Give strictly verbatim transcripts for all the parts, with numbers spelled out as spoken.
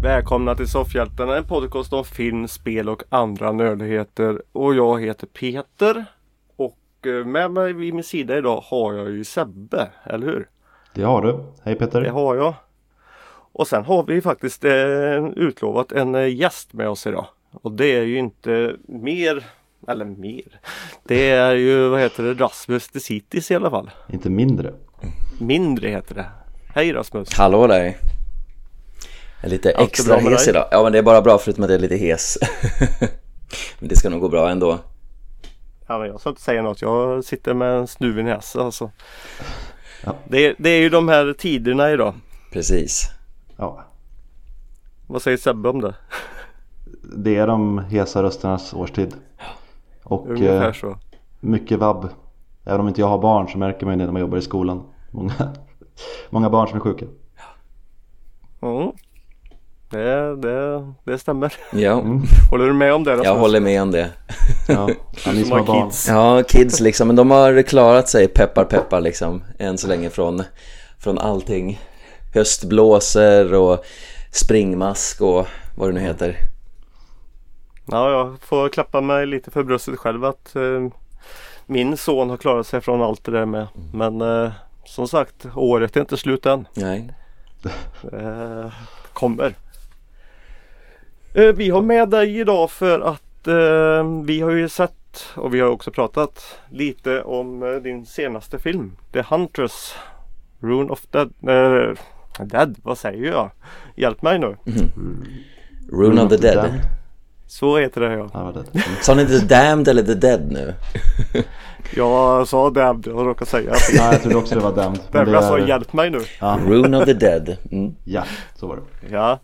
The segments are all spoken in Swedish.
Välkomna till Soffhjältarna, en podcast om film, spel och andra nördigheter. Och jag heter Peter. Och med mig vid min sida idag har jag ju Sebbe, eller hur? Det har du. Hej Peter. Det har jag. Och sen har vi faktiskt eh, utlovat en eh, gäst med oss idag. Och det är ju inte mer, eller mer. Det är ju, vad heter det, Rasmus de Cities i alla fall. Inte mindre. Mindre heter det. Hej Rasmus. Hallå där. Jag är lite Allt extra är bra hes idag. Ja, men det är bara bra förutom att jag är lite hes. Men det ska nog gå bra ändå. Ja, men jag ska inte säga något. Jag sitter med en snuven näsa alltså. Ja. Det, det är ju de här tiderna idag. Precis. Ja. Vad säger Sebbe om det? Det är de hesa rösternas årstid. Och Ungefär eh, så. mycket vabb. Även om inte jag har barn så märker man det när man jobbar i skolan. Många, många barn som är sjuka. Mm. Det, det, det stämmer. Ja, Mm. Håller du med om det? Rasmus? jag håller med om det. Ja, ja, ni som som har har barn. kids. Ja, kids liksom. Men de har klarat sig, peppar peppar liksom. Än så länge från, från allting. Höstblåser och springmask och vad det nu heter. Ja, jag får klappa mig lite för bröstet själv att eh, min son har klarat sig från allt det där med. Men eh, som sagt, året är inte slut än. Nej. Eh, kommer. Eh, vi har med dig idag för att eh, vi har ju sett och vi har också pratat lite om eh, din senaste film, The Huntress, Rune of Dead. Eh, Dead, vad säger jag? Hjälp mig nu. Mm. Rune of the Dead. Så heter det, ja. Ja, det. Sa ni inte The Damned eller The Dead nu? Jag sa Damned, jag råkade säga. Nej, jag trodde också det var Damned. Men Därför det jag sa är... hjälp mig nu. Ja. Rune of the Dead. Mm. Ja, så var det. Ja.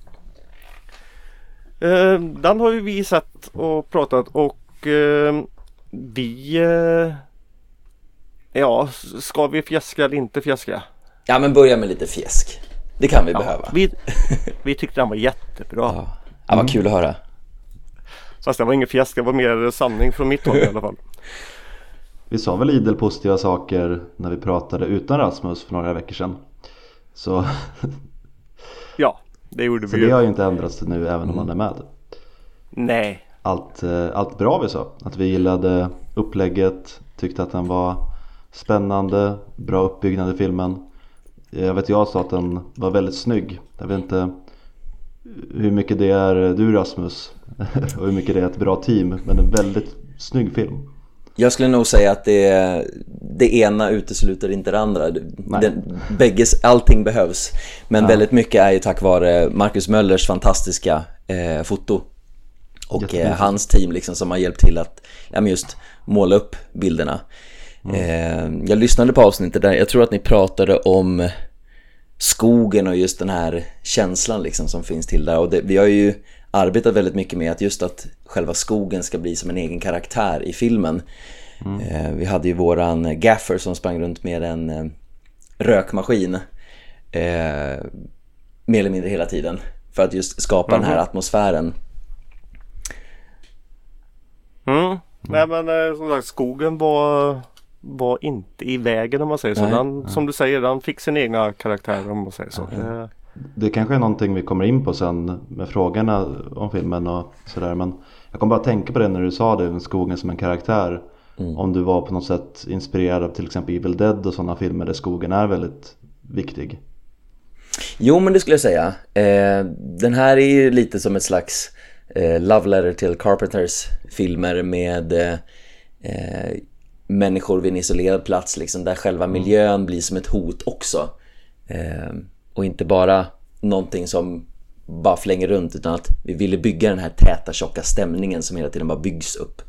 Eh, den har ju vi sett och pratat och eh, vi eh, ja, ska vi fjäska eller inte fjäska? Ja, men börja med lite fjäsk. Det kan vi Ja, behöva. vi, vi tyckte den var jättebra. Ja, ja vad kul att höra. Fast det var ingen fjäsk, det var mer sanning från mitt håll i alla fall. Vi sa väl idel positiva saker när vi pratade utan Rasmus för några veckor sedan. Så, Ja, det gjorde så vi det ju. har ju inte ändrats nu även om man är med. Nej. Allt, eh, allt bra vi sa. Att vi gillade upplägget, tyckte att den var spännande, bra uppbyggnad i filmen. Jag vet jag sa att den var väldigt snygg. Jag vet inte hur mycket det är du Rasmus och hur mycket det är ett bra team, men en väldigt snygg film. Jag skulle nog säga att det, det ena utesluter inte det andra. Det, bägges, allting behövs. Men Ja. väldigt mycket är ju tack vare Marcus Möllers fantastiska eh, foto. Och eh, hans team liksom, som har hjälpt till att ja, men just måla upp bilderna. Mm. Eh, jag lyssnade på avsnittet där. Jag tror att ni pratade om skogen och just den här känslan liksom, som finns till där. Och det, vi har ju arbetat väldigt mycket med att just att själva skogen ska bli som en egen karaktär i filmen. Mm. Eh, vi hade ju våran gaffer som sprang runt med en eh, rökmaskin eh, mer eller mindre hela tiden för att just skapa mm. den här atmosfären. Mm. Mm. Nej men eh, som sagt, skogen var, var inte i vägen om man säger så. Nej. Den, som du säger, den fick sin egna karaktär om man säger så. Mm. Det, Det kanske är någonting vi kommer in på sen med frågorna om filmen och sådär. Men jag kom bara att tänka på det när du sa det med skogen som en karaktär. Mm. Om du var på något sätt inspirerad av till exempel Evil Dead och sådana filmer där skogen är väldigt viktig. Jo, men det skulle jag säga. Eh, den här är ju lite som ett slags eh, love letter till Carpenters filmer med eh, människor vid en isolerad plats liksom, där själva miljön mm. blir som ett hot också. Eh, och inte bara någonting som bara flänger runt, utan att vi ville bygga den här täta, tjocka stämningen som hela tiden bara byggs upp.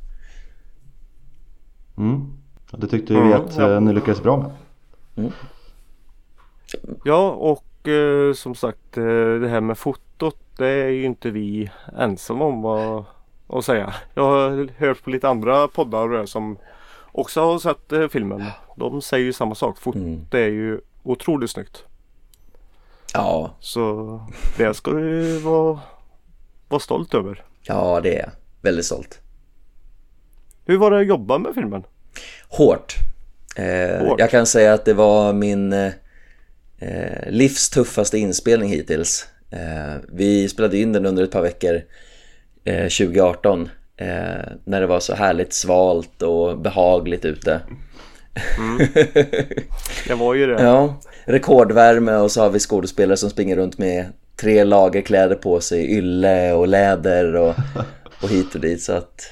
Mm. Det tyckte vi att mm, ja. ni lyckades bra med. Mm. Ja, och eh, som sagt eh, det här med fotot, det är ju inte vi ensamma om att, att säga. Jag har hört på lite andra poddar som också har sett eh, filmen. De säger ju samma sak. Fotot mm. är ju otroligt snyggt. Ja. Så det ska du vara, vara stolt över. Ja, det är jag. Väldigt stolt. Hur var det att jobba med filmen? Hårt. Eh, Hårt. Jag kan säga att det var min eh, livs tuffaste inspelning hittills. Eh, vi spelade in den under ett par veckor eh, tjugo arton eh, när det var så härligt svalt och behagligt ute. Mm. Det var ju det. Ja, rekordvärme och så har vi skådespelare som springer runt med tre lager kläder på sig, ylle och läder och, och hit och dit, så att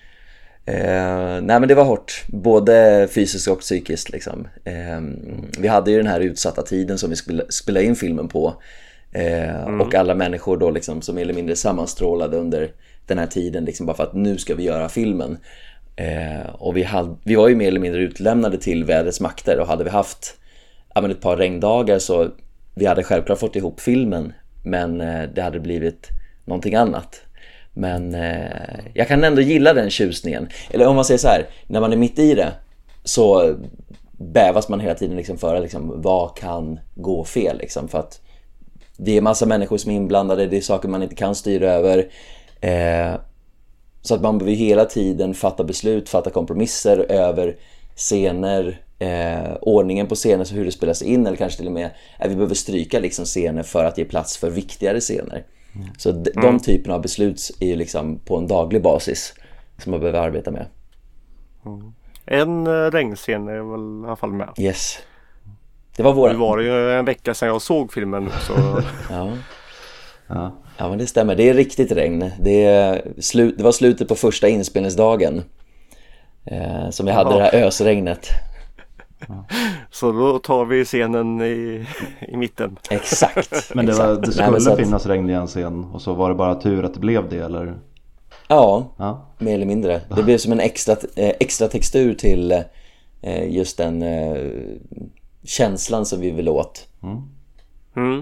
eh, nej men det var hårt, både fysiskt och psykiskt liksom. Eh, vi hade ju den här utsatta tiden som vi skulle spela in filmen på eh, mm. och alla människor då liksom som mer eller mindre sammanstrålade under den här tiden liksom, bara för att nu ska vi göra filmen. Eh, och vi, hade, vi var ju mer eller mindre utlämnade till vädrets makter, och hade vi haft ja, men ett par regndagar så vi hade självklart fått ihop filmen, men eh, det hade blivit någonting annat. Men eh, jag kan ändå gilla den tjusningen. Eller om man säger så här, när man är mitt i det så bävas man hela tiden liksom för liksom, vad kan gå fel liksom, för att det är massa människor som är inblandade, det är saker man inte kan styra över. Eh, Så att man behöver hela tiden fatta beslut, fatta kompromisser över scener, eh, ordningen på scener, så hur det spelas in, eller kanske till och med att vi behöver stryka liksom scener för att ge plats för viktigare scener. Mm. Så d- mm. de typerna av beslut är ju liksom på en daglig basis som man behöver arbeta med. Mm. En uh, regnscen är väl i alla fall med. Yes. Det var våra... Det var ju en vecka sedan jag såg filmen. Så... ja. Ja. Ja, men det stämmer. Det är riktigt regn. Det, är slu- det var slutet på första inspelningsdagen eh, som vi hade ja. det här ösregnet. Ja. Så då tar vi scenen i, i mitten. Exakt. Men det, var, det skulle Nej, att... finnas regn i en scen, och så var det bara tur att det blev det, eller? Ja, ja. mer eller mindre. Det blev som en extra, eh, extra textur till eh, just den eh, känslan som vi vill åt. Mm. Mm.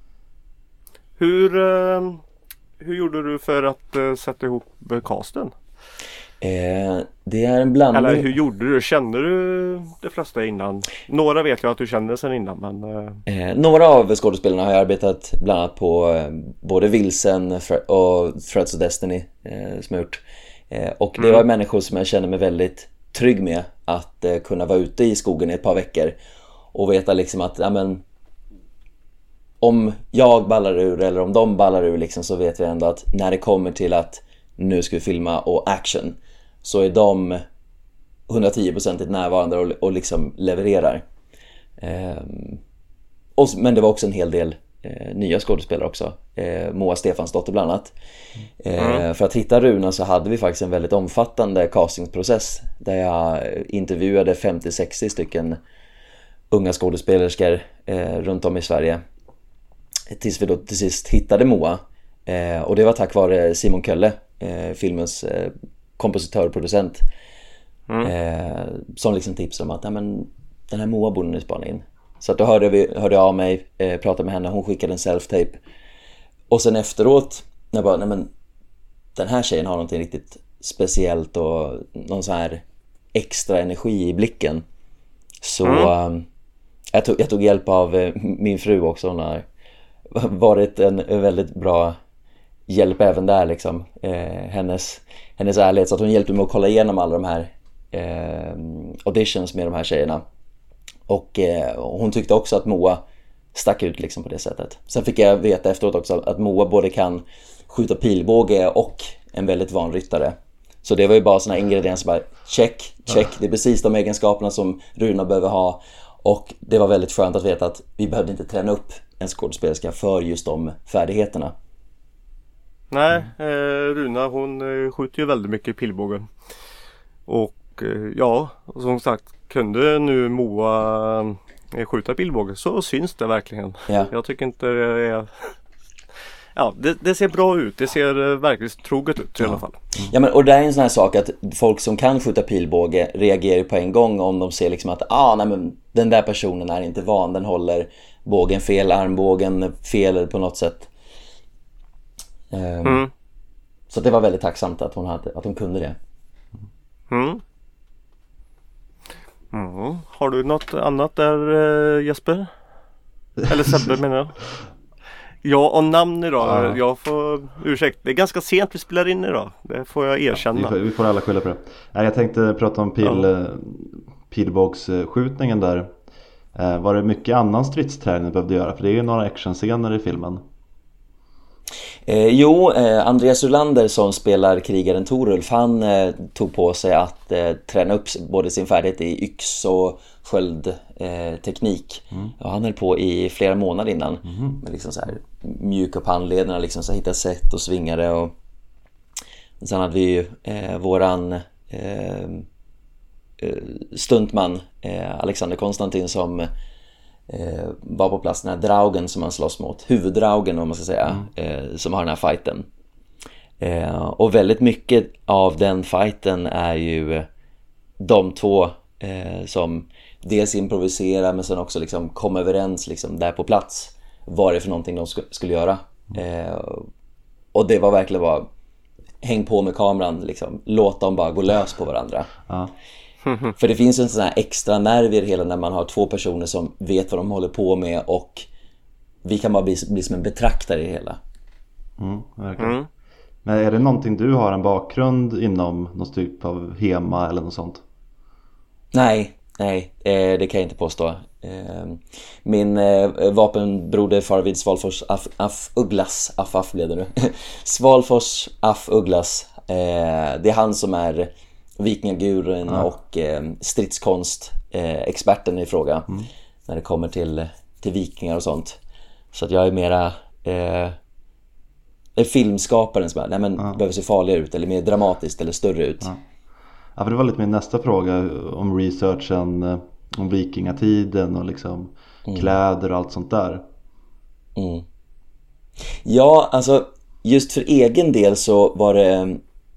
Hur, uh, hur gjorde du för att uh, sätta ihop casten? Eh, det är en blandning. Eller hur gjorde du? Kände du de flesta innan? Några vet jag att du kände sedan innan, men... Uh... Eh, några av skådespelarna har jag arbetat bland annat på eh, både Vilsen och Threads of Destiny eh, som jag gjort. Eh, och det mm. var människor som jag kände mig väldigt trygg med att eh, kunna vara ute i skogen i ett par veckor och veta liksom att ja, men, om jag ballar ur eller om de ballar ur liksom, så vet vi ändå att när det kommer till att nu ska vi filma och action, så är de hundratio procent närvarande och, och liksom levererar. Ehm, och, men det var också en hel del eh, nya skådespelare också. Eh, Moa Stefansdotter bland annat. Eh, mm. För att hitta Runa så hade vi faktiskt en väldigt omfattande castingprocess där jag intervjuade femtio sextio stycken unga skådespelerskor eh, runt om i Sverige. Tills vi då till sist hittade Moa. Eh, och det var tack vare Simon Kölle, eh, filmens eh, kompositör och producent. Mm. Eh, som liksom tipsade om att ja, men, den här Moa borde nu spana in. Så att då hörde, vi, hörde jag av mig, eh, pratade med henne, hon skickade en self-tape. Och sen efteråt, när jag bara, nej men den här tjejen har någonting riktigt speciellt och någon så här extra energi i blicken. Så mm. eh, jag, tog, jag tog hjälp av eh, min fru också. Hon har varit en, en väldigt bra hjälp även där liksom. Eh, hennes, hennes ärlighet, så att hon hjälpte mig att kolla igenom alla de här eh, auditions med de här tjejerna. Och eh, hon tyckte också att Moa stack ut liksom på det sättet. Sen fick jag veta efteråt också att Moa både kan skjuta pilbåge och en väldigt van ryttare. Så det var ju bara såna ingredienser, bara check, check. Det är precis de egenskaperna som Runa behöver ha. Och det var väldigt skönt att veta att vi behövde inte träna upp en skådespelerska för just de färdigheterna. Nej, eh, Runa hon eh, skjuter ju väldigt mycket pilbågen. Och eh, ja, som sagt, kunde nu Moa eh, skjuta pilbågen så syns det verkligen. Ja. Jag tycker inte det är... Ja, det, det ser bra ut. Det ser eh, verkligen troget ut i ja. alla fall. Mm. Ja, men och det är en sån här sak att folk som kan skjuta pilbåge reagerar på en gång om de ser liksom att ah, nej, men den där personen är inte van, den håller bågen fel, armbågen fel på något sätt. Um, mm. Så det var väldigt tacksamt att hon, hade, att hon kunde det. Mm. Mm. Har du något annat där, uh, Jesper? Eller Sebbe menar jag. Ja, och namn idag. Ja. Jag får ursäkta. Det är ganska sent vi spelar in idag. Det får jag erkänna. Ja, vi, får, vi får alla skylla på det. Jag tänkte prata om pil, ja. pilbågsskjutningen där. Var det mycket annan stridsträning du behövde göra? För det är ju några actionscener i filmen. Eh, jo, eh, Andreas Urlander som spelar krigaren Torulf, han eh, tog på sig att eh, träna upp både sin färdighet i yx och sköldteknik. Eh, mm. Och han höll på i flera månader innan mm. med liksom så här, mjuk upp handlederna, liksom så här, hitta sätt och svingare. Och, och sen hade vi ju eh, våran eh, stuntman eh, Alexander Konstantin som eh, var på plats, den här draugen som man slåss mot, huvuddraugen om man ska säga, mm. eh, som har den här fighten. Eh, och väldigt mycket av den fighten är ju de två eh, som dels improviserar men sen också liksom kom överens liksom där på plats vad det är för någonting de sk- skulle göra. Eh, och det var verkligen bara häng på med kameran liksom, låt dem bara gå lös på varandra. Ja. För det finns en sån här extra nerv i det hela när man har två personer som vet vad de håller på med och vi kan bara bli, bli som en betraktare i det hela. Mm, verkligen. Mm. Men är det någonting du har en bakgrund inom någon typ av hema eller något sånt? Nej, nej, eh, det kan jag inte påstå. Eh, min eh, vapenbroder Farvid Svalfors Aff, Aff Ugglas, Aff Aff blev det nu. Svalfors Aff Ugglas, eh, det är han som är vikingaguren ja. och eh, stridskonst eh, experten i fråga mm. när det kommer till, till vikingar och sånt. Så att jag är mera eh, är filmskaparen som är, nej men ja. behöver se farligare ut eller mer dramatiskt eller större ut. Ja. Ja, för det var lite min nästa fråga om researchen om vikingatiden och liksom mm. kläder och allt sånt där. Mm. Ja, alltså just för egen del så var det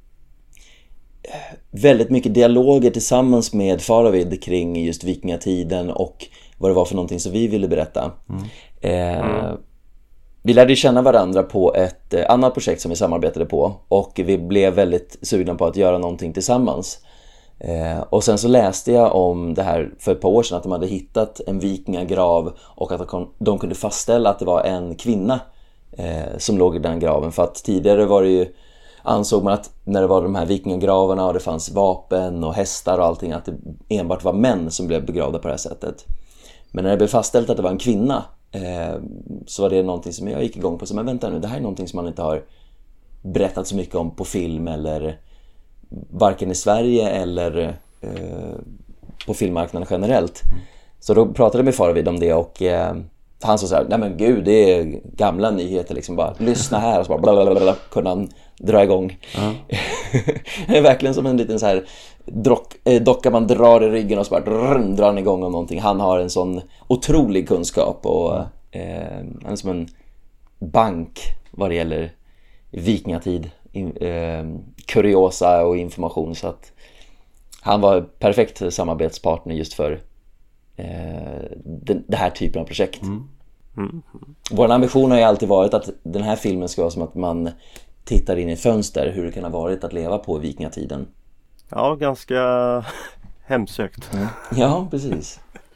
väldigt mycket dialoger tillsammans med Faravid kring just vikingatiden och vad det var för någonting som vi ville berätta. Mm. Eh, mm. Vi lärde känna varandra på ett eh, annat projekt som vi samarbetade på och vi blev väldigt sugna på att göra någonting tillsammans. Eh, och sen så läste jag om det här för ett par år sedan att de hade hittat en vikingagrav och att de, de kunde fastställa att det var en kvinna eh, som låg i den graven. För att tidigare var det ju ansåg man att när det var de här vikingagravarna och det fanns vapen och hästar och allting att det enbart var män som blev begravda på det här sättet. Men när det blev fastställt att det var en kvinna eh, så var det någonting som jag gick igång på. Så men vänta nu, det här är någonting som man inte har berättat så mycket om på film eller varken i Sverige eller eh, på filmmarknaden generellt. Mm. Så då pratade jag med Faravid om det och eh, han sa så här, nej men gud, det är gamla nyheter liksom, bara lyssna här och så bara blablabla, kunde han dra igång. Mm. Det är verkligen som en liten så här drock, eh, docka man drar i ryggen och så bara drrr, drar han igång om någonting. Han har en sån otrolig kunskap och eh, han är som en bank vad det gäller vikingatid, in, eh, kuriosa och information, så att han var perfekt samarbetspartner just för den, det här typen av projekt. Mm. Mm. Vår ambition har ju alltid varit att den här filmen ska vara som att man tittar in i ett fönster hur det kan ha varit att leva på vikingatiden. Ja, ganska hemsökt. Mm. Ja, precis.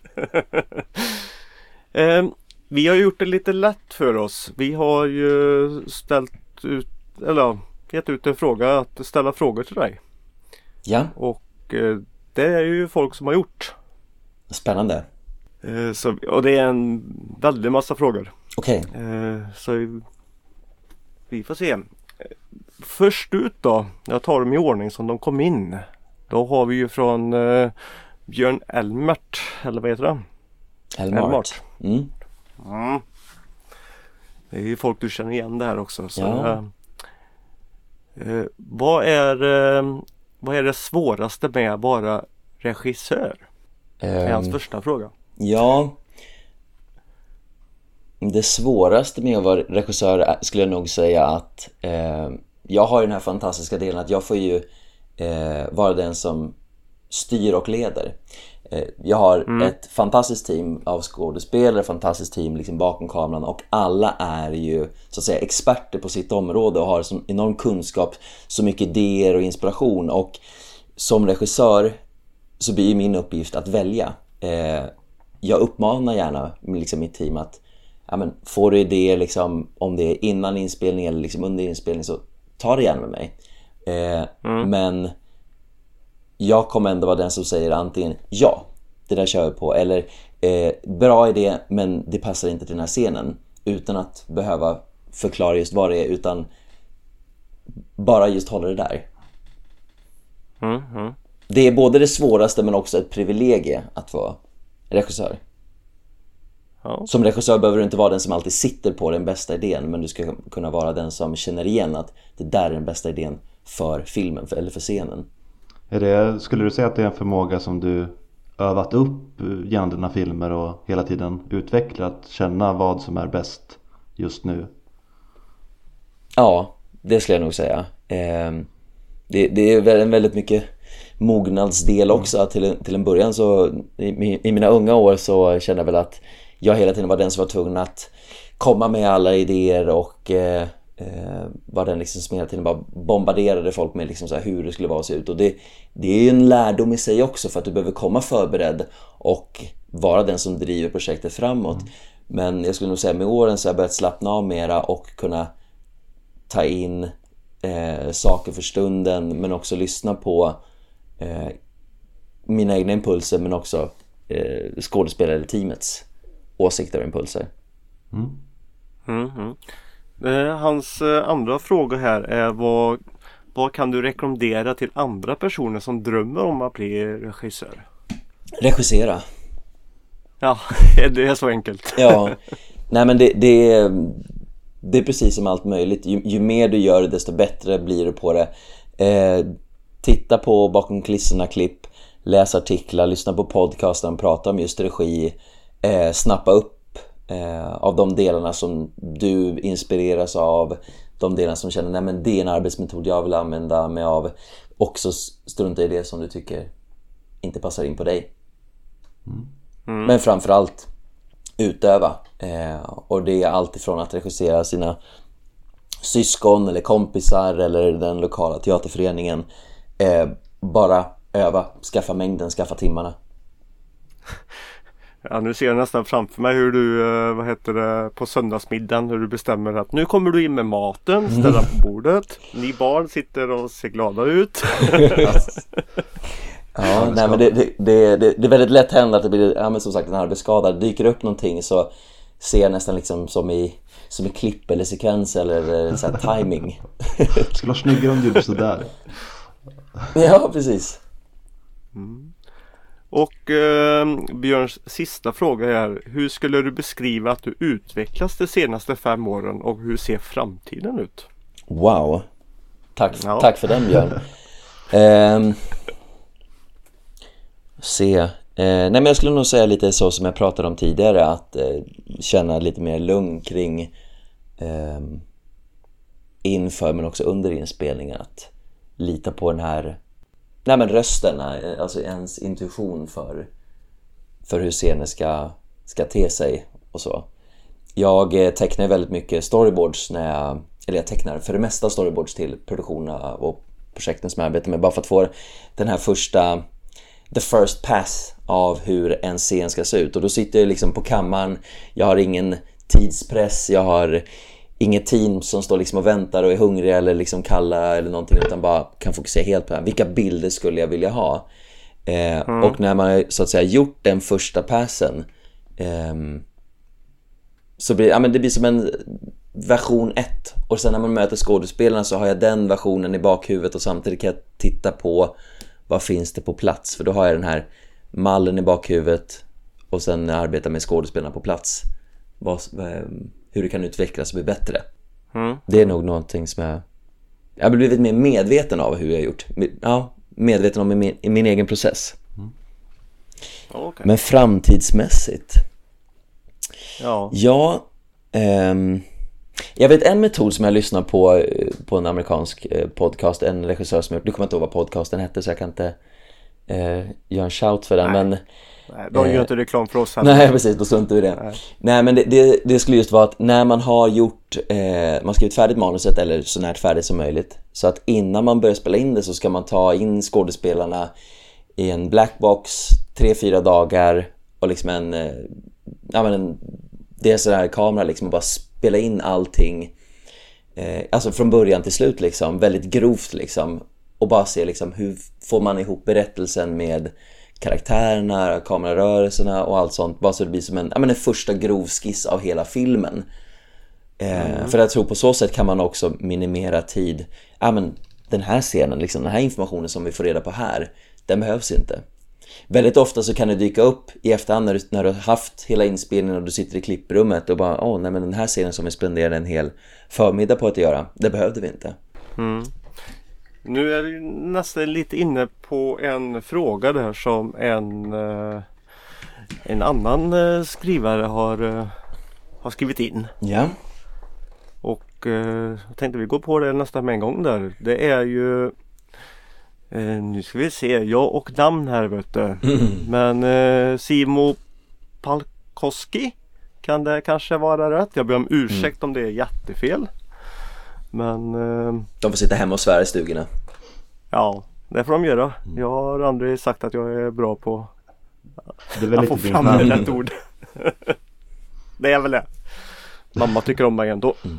eh, vi har gjort det lite lätt för oss. Vi har ju ställt ut, eller gett ut en fråga att ställa frågor till dig. Ja. Och eh, det är ju folk som har gjort. Spännande. Eh, så, och det är en väldigt massa frågor. Okej. Okay. Eh, så vi får se. Först ut då, jag tar dem i ordning som de kom in. Då har vi ju från eh, Björn Elmert, eller vad heter det? Elmert. Elmert. Mm. Mm. Det är ju folk du känner igen det här också. Så, ja. eh, eh, vad, är, eh, vad är det svåraste med att vara regissör? Det är hans första fråga. Ja. Det svåraste med att vara regissör skulle jag nog säga att eh, jag har ju den här fantastiska delen att jag får ju eh, vara den som styr och leder. Eh, jag har mm. ett fantastiskt team av skådespelare, fantastiskt team liksom bakom kameran och alla är ju så att säga experter på sitt område och har så enorm kunskap, så mycket idéer och inspiration, och som regissör så blir min uppgift att välja. Eh, jag uppmanar gärna liksom mitt team att ja, men, får du idéer liksom, om det är innan inspelning eller liksom under inspelning, så ta det gärna med mig. Eh, mm. Men jag kommer ändå vara den som säger antingen ja, det där kör jag på, eller eh, bra idé men det passar inte till den här scenen, utan att behöva förklara just vad det är, utan bara just hålla det där. Mm, mm. Det är både det svåraste men också ett privilegie att vara regissör. Ja. Som regissör behöver du inte vara den som alltid sitter på den bästa idén, men du ska kunna vara den som känner igen att det där är den bästa idén för filmen eller för scenen. Är det, skulle du säga att det är en förmåga som du övat upp genom dina filmer och hela tiden utvecklat, känna vad som är bäst just nu? Ja, det skulle jag nog säga. Eh, det, det är en väldigt mycket mognadsdel också. Mm. Till, en, till en början så i, i mina unga år så kände jag väl att jag hela tiden var den som var tvungen att komma med alla idéer och eh, eh, var den liksom som hela tiden bara bombarderade folk med liksom så här hur det skulle vara att se ut. Och det, det är ju en lärdom i sig också, för att du behöver komma förberedd och vara den som driver projektet framåt. Mm. Men jag skulle nog säga med åren så har jag börjat slappna av mera och kunna ta in eh, saker för stunden, men också lyssna på eh, mina egna impulser, men också eh, skådespelare teamets åsikter och impulser. Mm. Mm, mm. Eh, hans eh, andra fråga här är vad, vad kan du rekommendera till andra personer som drömmer om att bli regissör? Regissera. Ja, det är så enkelt. Ja, nej men det, det, är, det är precis som allt möjligt. Ju, ju mer du gör det, desto bättre blir du på det. Eh, titta på bakom kulisserna klipp, läs artiklar, lyssna på podcasten, prata om just regi, eh, snappa upp eh, av de delarna som du inspireras av, de delarna som känner, nej men det är en arbetsmetod jag vill använda mig av. Också strunta i det som du tycker inte passar in på dig. Mm. Mm. Men framförallt utöva. Eh, och det är allt ifrån att regissera sina syskon eller kompisar eller den lokala teaterföreningen. Eh, bara öva, skaffa mängden, skaffa timmarna. Ja, nu ser jag nästan framför mig hur du, vad heter det, på söndagsmiddagen, hur du bestämmer att nu kommer du in med maten, ställa på bordet. Ni barn sitter och ser glada ut. Ja, nej, men det, det, det, det är väldigt lätt hänt att det blir, ja, men som sagt, en arbetsskada. Det dyker upp någonting så ser jag nästan liksom som i, som i klipp eller sekvens eller så här timing. Det skulle vara snyggare om du gjorde sådär. Ja, precis. Mm. Och eh, Björns sista fråga är: hur skulle du beskriva att du utvecklas de senaste fem åren och hur ser framtiden ut? Wow. Tack, ja. tack för den, Björn. eh, se. Eh, nej, men jag skulle nog säga lite så som jag pratade om tidigare, att eh, känna lite mer lugn kring eh, inför men också under inspelningen, att lita på den här nej, men rösten, alltså ens intuition för, för hur scenen ska, ska te sig och så. Jag tecknar väldigt mycket storyboards när jag, eller jag tecknar för det mesta storyboards till produktionerna och projekten som jag arbetar med, bara för att få den här första, the first pass av hur en scen ska se ut. Och då sitter jag liksom på kammaren, jag har ingen tidspress, jag har inget team som står liksom och väntar och är hungriga eller liksom kalla eller någonting, utan bara kan fokusera helt på det här. Vilka bilder skulle jag vilja ha? Eh, mm. Och när man så att säga gjort den första passen eh, så blir ja, men det blir som en version ett. Och sen när man möter skådespelarna så har jag den versionen i bakhuvudet och samtidigt kan jag titta på vad finns det på plats. För då har jag den här mallen i bakhuvudet och sen arbeta med skådespelarna på plats. Vad, hur det kan utvecklas och bli bättre. Mm. Det är nog någonting som jag jag har blivit mer medveten av hur jag har gjort. Ja, medveten om i min, i min egen process. Mm. Okay. Men framtidsmässigt. Ja. Ja, ehm, jag vet en metod som jag lyssnar på på en amerikansk podcast, en regissör som jag, du kommer inte ihåg vad podcasten hette så jag kan inte eh, göra en shout för den. Nej. Men Nej, de gör eh, inte reklam för oss här. Nej, precis, då struntar vi det. Nej, nej men det, det, det skulle just vara att när man har gjort eh, man skrivit färdigt manuset eller så nära färdigt som möjligt, så att innan man börjar spela in det så ska man ta in skådespelarna i en blackbox tre, fyra dagar och liksom en eh, ja men en det är så här kamera liksom och bara spela in allting eh, alltså från början till slut liksom, väldigt grovt liksom, och bara se liksom hur får man ihop berättelsen med karaktärerna, kamerarörelserna och allt sånt, bara så det blir som en, ja, men en första grov skiss av hela filmen. Eh, mm. För jag tror på så sätt kan man också minimera tid. Ja, men den här scenen, liksom, den här informationen som vi får reda på här, den behövs inte. Väldigt ofta så kan det dyka upp i efterhand när du, när du har haft hela inspelningen och du sitter i klipprummet och bara, åh nej, men den här scenen som vi spenderade en hel förmiddag på att göra, det behövde vi inte. Mm. Nu är du nästan lite inne på en fråga där som en, en annan skrivare har, har skrivit in. Ja. Och jag tänkte vi går på det nästan med en gång där. Det är ju Eh, nu ska vi se, jag och namn här vet du. Mm. Men eh, Simo Palkoski, kan det kanske vara rätt? Jag ber om ursäkt mm. om det är jättefel. Men eh, de får sitta hemma och svära i stugorna. Ja, det får de göra. Mm. Jag har aldrig sagt att jag är bra på det är väl att få fram det rätt ord. Det är väl det. Mamma tycker om mig ändå. Mm.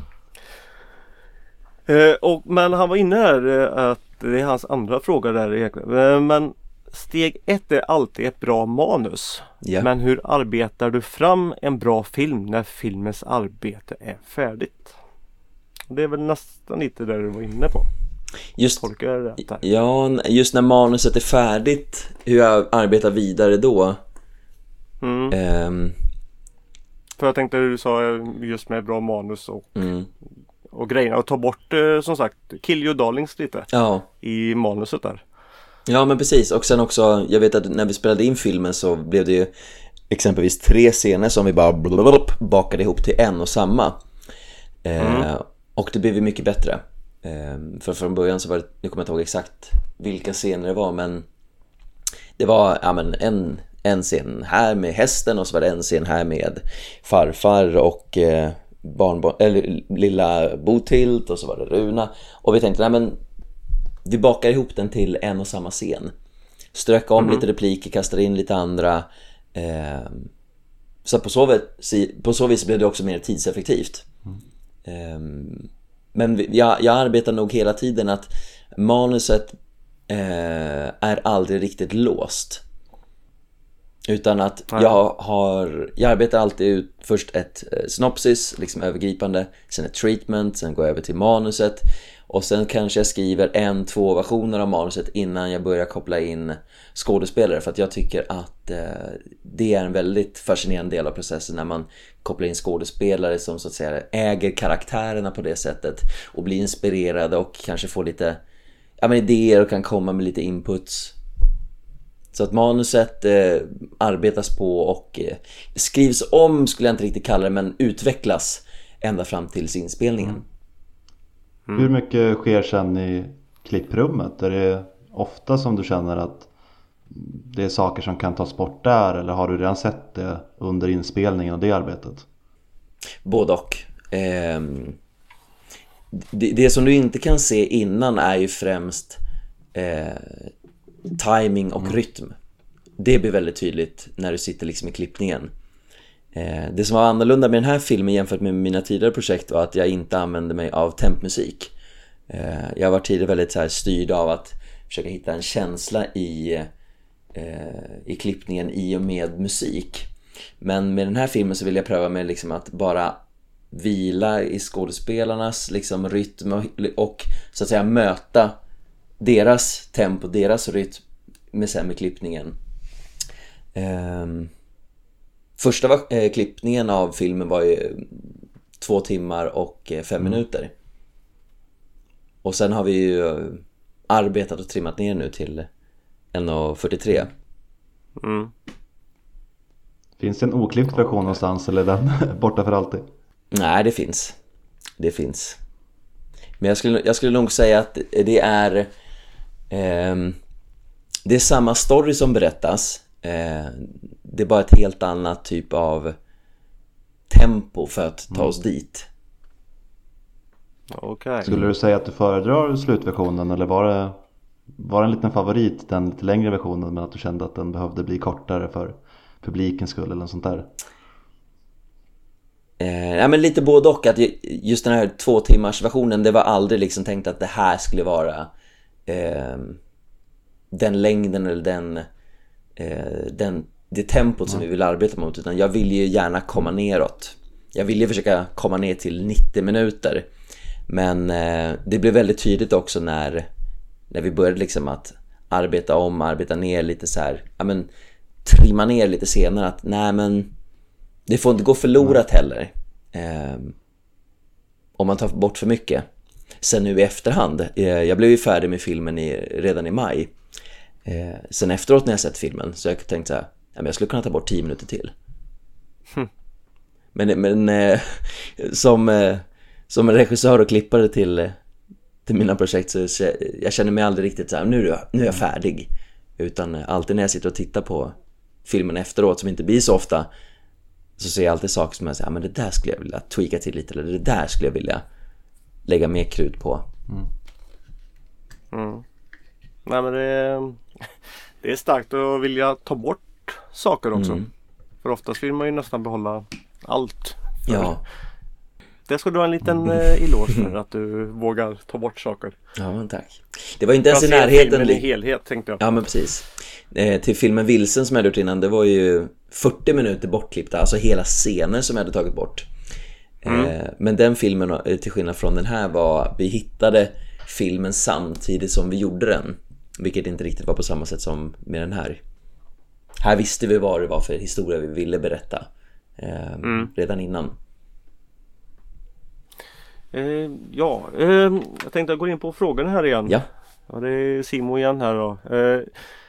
Eh, och, men han var inne här eh, att det är hans andra fråga där egentligen. Men steg ett är alltid ett bra manus. Yeah. Men hur arbetar du fram en bra film när filmens arbete är färdigt? Det är väl nästan lite där du var inne på. Just, ja, just när manuset är färdigt, hur jag arbetar vidare då. Mm. Um, För jag tänkte du sa just med bra manus och mm. och grejerna och ta bort som sagt kill your darlings lite ja. i manuset där. Ja men precis, och sen också jag vet att när vi spelade in filmen så blev det ju exempelvis tre scener som vi bara blablabla, bakade ihop till en och samma mm. eh, och det blev ju mycket bättre eh, för från början så var det, jag kommer inte ihåg exakt vilka scener det var, men det var ja, men en, en scen här med hästen och så var det en scen här med farfar och eh, barnbarn, eller lilla Botilt och så var det Runa och vi tänkte, nej men vi bakar ihop den till en och samma scen, strök om mm. lite repliker, kastade in lite andra eh, så på så, vis, på så vis blev det också mer tidseffektivt mm. eh, men vi, jag, jag arbetar nog hela tiden att manuset eh, är aldrig riktigt låst. Utan att jag har jag arbetar alltid ut först ett eh, synopsis, liksom övergripande, sen ett treatment, sen går jag över till manuset och sen kanske jag skriver en, två versioner av manuset innan jag börjar koppla in skådespelare, för att jag tycker att eh, det är en väldigt fascinerande del av processen när man kopplar in skådespelare som så att säga äger karaktärerna på det sättet och blir inspirerade och kanske får lite ja, men idéer och kan komma med lite inputs. Så att manuset eh, arbetas på och eh, skrivs om, skulle jag inte riktigt kalla det, men utvecklas ända fram till inspelningen. Mm. Mm. Hur mycket sker sen i klipprummet? Är det ofta som du känner att det är saker som kan tas bort där, eller har du redan sett det under inspelningen och det arbetet? Både och. Eh, det, det som du inte kan se innan är ju främst eh, timing och mm. rytm. Det blir väldigt tydligt när du sitter liksom i klippningen. Eh, det som var annorlunda med den här filmen jämfört med mina tidigare projekt var att jag inte använde mig av tempmusik. Eh, jag var tidigare väldigt så här styrd av att försöka hitta en känsla i, eh, i klippningen i och med musik. Men med den här filmen så vill jag pröva med liksom att bara vila i skådespelarnas liksom rytm och, och så att säga möta deras tempo, deras rytm med sen med klippningen. Um, första var, eh, klippningen av filmen var ju två timmar och eh, fem mm. minuter. Och sen har vi ju arbetat och trimmat ner nu till en och fyrtiotre. Mm. Finns det en oklippt version någonstans eller är den borta för alltid? Nej, det finns. Det finns. Men jag skulle, jag skulle nog säga att det är eh, det är samma story som berättas. Eh, det är bara ett helt annat typ av tempo för att ta oss mm. dit. Okay. Skulle du säga att du föredrar slutversionen, eller var det, var det en liten favorit, den lite längre versionen, men att du kände att den behövde bli kortare för publikens skull eller något sånt där? Eh, ja, men lite både och, att just den här två timmars versionen, det var aldrig liksom tänkt att det här skulle vara eh, den längden eller den, eh, den det tempot som vi vill arbeta mot, utan jag vill ju gärna komma neråt. jag ville försöka komma ner till nittio minuter. Men eh, det blev väldigt tydligt också när, när vi började liksom att arbeta om, arbeta ner lite så här, ja men trimma ner lite senare att nej men det får inte gå förlorat heller eh, om man tar bort för mycket. Sen nu i efterhand, eh, jag blev ju färdig med filmen i, redan i maj. Eh, sen efteråt när jag sett filmen så jag tänkte så här, ja, men jag skulle kunna ta bort tio minuter till. Hm. Men, men eh, som, eh, som regissör och klippare till, till mina projekt så jag känner mig aldrig riktigt så här, nu, nu är jag färdig. Utan alltid när jag sitter och tittar på filmen efteråt, som inte blir så ofta, så ser jag alltid saker som jag säger, ja, men det där skulle jag vilja tweaka till lite, eller det där skulle jag vilja lägga mer krut på. Mm. Mm. Nej, men det är, det är starkt att vilja ta bort saker också. Mm. För oftast vill man ju nästan behålla allt. Ja. Det ska du ha en liten eh, eloge för att du vågar ta bort saker. Ja, men tack. Det var inte ens i närheten. Filmen i helhet, tänkte jag. Ja, men precis. Eh, till filmen Vilsen som jag hade gjort innan, det var ju fyrtio minuter bortklippta. Alltså hela scener som jag hade tagit bort. Mm. Eh, men den filmen, till skillnad från den här, var vi hittade filmen samtidigt som vi gjorde den. Vilket inte riktigt var på samma sätt som med den här. Här visste vi vad det var för historia vi ville berätta. Eh, mm. Redan innan. Eh, ja, eh, jag tänkte gå in på frågorna här igen. Ja. Ja, det är Simon igen här då. Eh,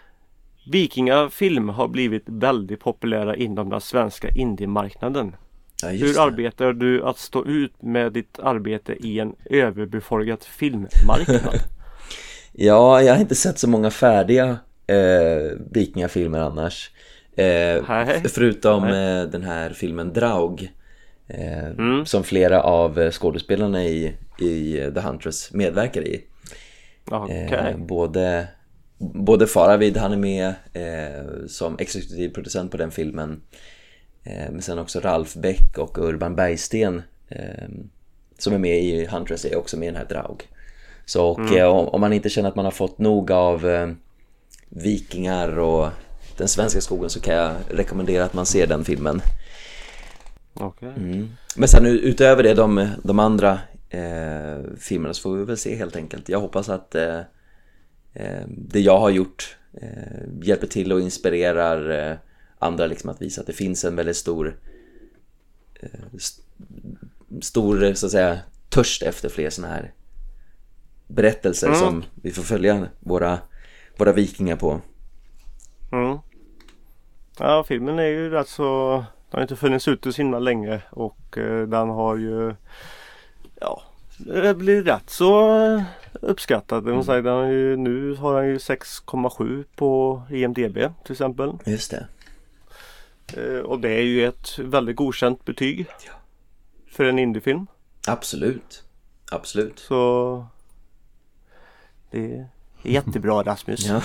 Vikingafilm har blivit väldigt populära inom den svenska indiemarknaden. Ja, Hur det. arbetar du att stå ut med ditt arbete i en överbefolkad filmmarknad? Ja, jag har inte sett så många färdiga eh, vikingafilmer annars. Eh, förutom eh, den här filmen Draug. Eh, mm. Som flera av skådespelarna i, i The Huntress medverkar i. Okay. eh, både, både Faravid, han är med eh, som exekutiv producent på den filmen, eh, men sen också Ralf Beck och Urban Bergsten eh, som är med i Huntress är också med i den här Draug. Så och, mm. eh, om, om man inte känner att man har fått nog av eh, vikingar och den svenska skogen, så kan jag rekommendera att man ser den filmen. Okay. Mm. Men sen utöver det, de, de andra eh, filmerna, så får vi väl se helt enkelt. Jag hoppas att eh, eh, det jag har gjort eh, hjälper till och inspirerar eh, andra liksom, att visa att det finns en väldigt stor eh, st- stor så att säga törst efter fler såna här berättelser mm. som vi får följa våra, våra vikingar på. Mm. Ja, filmen är ju rätt så... Den har inte funnits ute så himla länge och eh, den har ju, ja, det blir rätt så uppskattad. Mm. Den har ju, nu har den ju sex komma sju på I M D B till exempel. Just det. Eh, och det är ju ett väldigt godkänt betyg ja. För en indiefilm. Absolut, absolut. Så det är jättebra, Rasmus. Ja.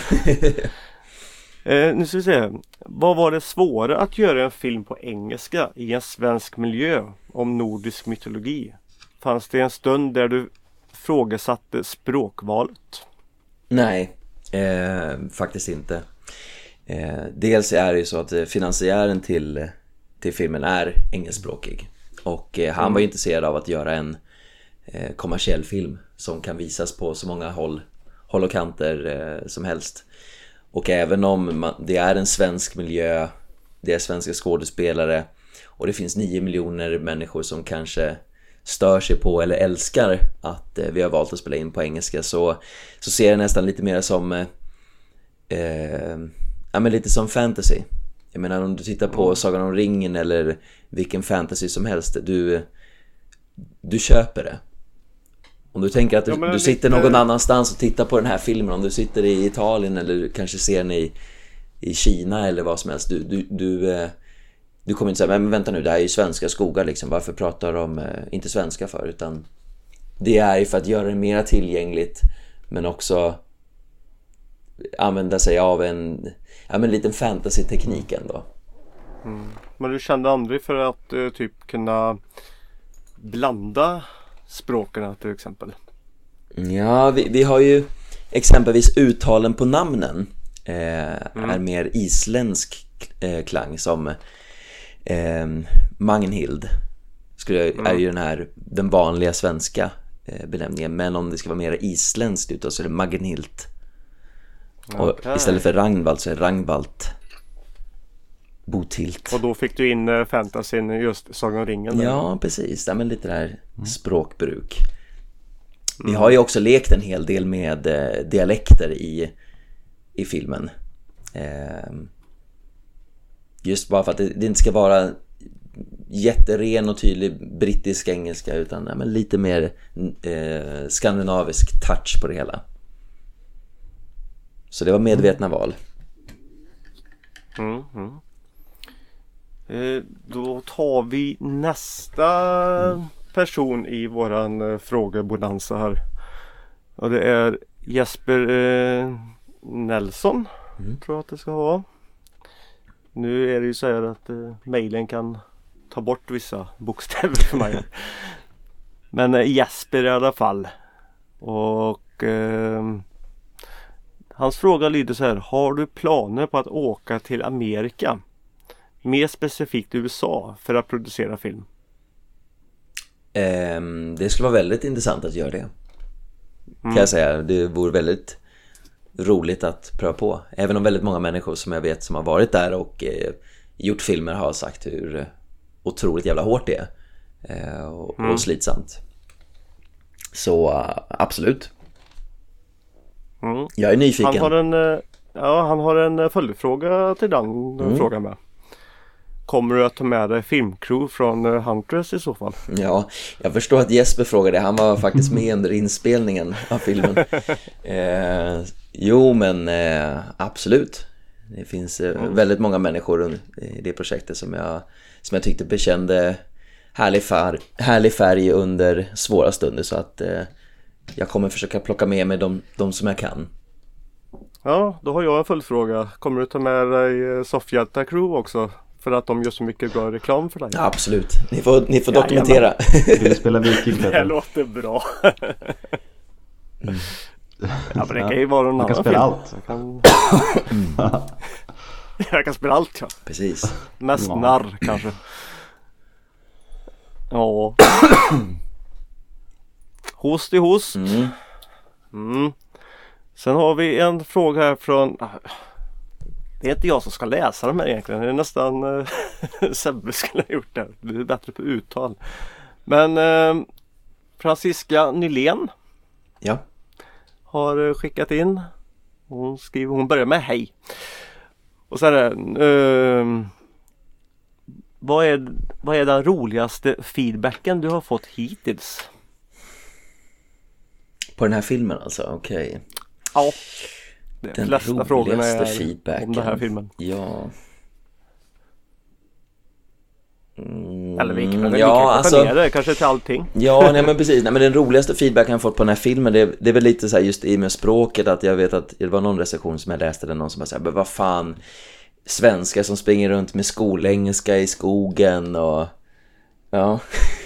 Eh, nu ska vi se. Vad var det svåra att göra en film på engelska i en svensk miljö om nordisk mytologi? Fanns det en stund där du frågesatte språkvalet? Nej, eh, faktiskt inte. Eh, dels är det ju så att finansiären till, till filmen är engelskspråkig. Och eh, han mm. var ju intresserad av att göra en eh, kommersiell film som kan visas på så många håll, håll och kanter eh, som helst. Och även om man, det är en svensk miljö, det är svenska skådespelare och det finns nio miljoner människor som kanske stör sig på eller älskar att eh, vi har valt att spela in på engelska, så, så ser jag nästan lite mer som eh, ja, men lite som fantasy. Jag menar, om du tittar på Sagan om ringen eller vilken fantasy som helst, du, du köper det. Om du tänker att du, ja, du sitter lite... någon annanstans och tittar på den här filmen, om du sitter i Italien eller kanske ser den i, i Kina eller vad som helst, du, du, du, du kommer inte säga, men vänta nu, det här är ju svenska skogar liksom, varför pratar de inte svenska för? Utan det är ju för att göra det mer tillgängligt, men också använda sig av en, ja, men liten fantasy-teknik ändå. Mm. Men du kände aldrig för att uh, typ kunna blanda språken till exempel? Ja, vi, vi har ju exempelvis uttalen på namnen eh, mm. är mer isländsk eh, klang, som eh, Magnhild skulle, Mm. är ju den här den vanliga svenska eh, benämningen. Men om det ska vara mer isländskt utav så är det Magnhild. Och Okej. istället för Ragnvald så är det Ragnvald Botilt. Och då fick du in eh, fantasyn just Sagan om ringen där. Ja, precis. Ja, men lite där språkbruk. Vi har ju också lekt en hel del med eh, dialekter i, i filmen. Eh, just bara för att det, det inte ska vara jätteren och tydlig brittisk engelska utan ja, men lite mer eh, skandinavisk touch på det hela. Så det var medvetna val. Mm, mm. Eh, då tar vi nästa person i våran eh, frågebonanza här. Och det är Jesper eh, Nelson. Mm. Tror jag att det ska vara. Nu är det ju så här att eh, mejlen kan ta bort vissa bokstäver för mig. Men eh, Jesper i alla fall. Och eh, hans fråga lyder så här: har du planer på att åka till Amerika? Mer specifikt U S A för att producera film? Eh, det skulle vara väldigt intressant att göra det. Kan Mm. jag säga. Det vore väldigt roligt att pröva på. Även om väldigt många människor som jag vet som har varit där och eh, gjort filmer har sagt hur eh, otroligt jävla hårt det är. Eh, och, Mm. och slitsamt. Så uh, absolut. Mm. Jag är nyfiken. Han har en, eh, ja, han har en eh, följdfråga till den Mm. frågan med. Kommer du att ta med dig filmcrew från eh, Huntress i så fall? Ja, jag förstår att Jesper frågade. Han var faktiskt med under inspelningen av filmen. Eh, jo, men eh, absolut. Det finns eh, Mm. väldigt många människor i det projektet som jag, som jag tyckte bekände härlig, fär, härlig färg under svåra stunder. Så att eh, jag kommer försöka plocka med mig de, de som jag kan. Ja, då har jag en följdfråga. Kommer du ta med dig eh, Soffhjältar crew också? För att de gör så mycket bra reklam för dig. Ja, absolut. Ni får, ni får Ja, dokumentera. Vill du spela viking, Det Peter? låter bra. Mm. Ja, men det kan ju vara någon Man kan annan spela film. allt. Jag kan... jag kan spela allt, ja. Precis. Mest Ja. narr kanske. Ja. Host i hos. Mm. Mm. Sen har vi en fråga här från... Det är inte jag som ska läsa dem här egentligen. Det är nästan äh, Sebbe skulle ha gjort det. Du är bättre på uttal. Men äh, Franziska Nylén Ja. har äh, skickat in. Hon skriver, hon börjar med hej. Och så är det... Äh, vad, är, vad är den roligaste feedbacken du har fått hittills? På den här filmen alltså, okej. Ja. De Den flesta frågorna är feedbacken. om den här filmen. Ja. Mm, Eller vi kan, vi ja, kan alltså, ner det kanske till allting. ja, nej men precis. Nej, men den roligaste feedbacken jag fått på den här filmen, det, det är väl lite så här just i med språket, att jag vet att det var någon recension som jag läste där någon som bara sa, men vad fan, svenskar som springer runt med skolengelska i skogen och ja.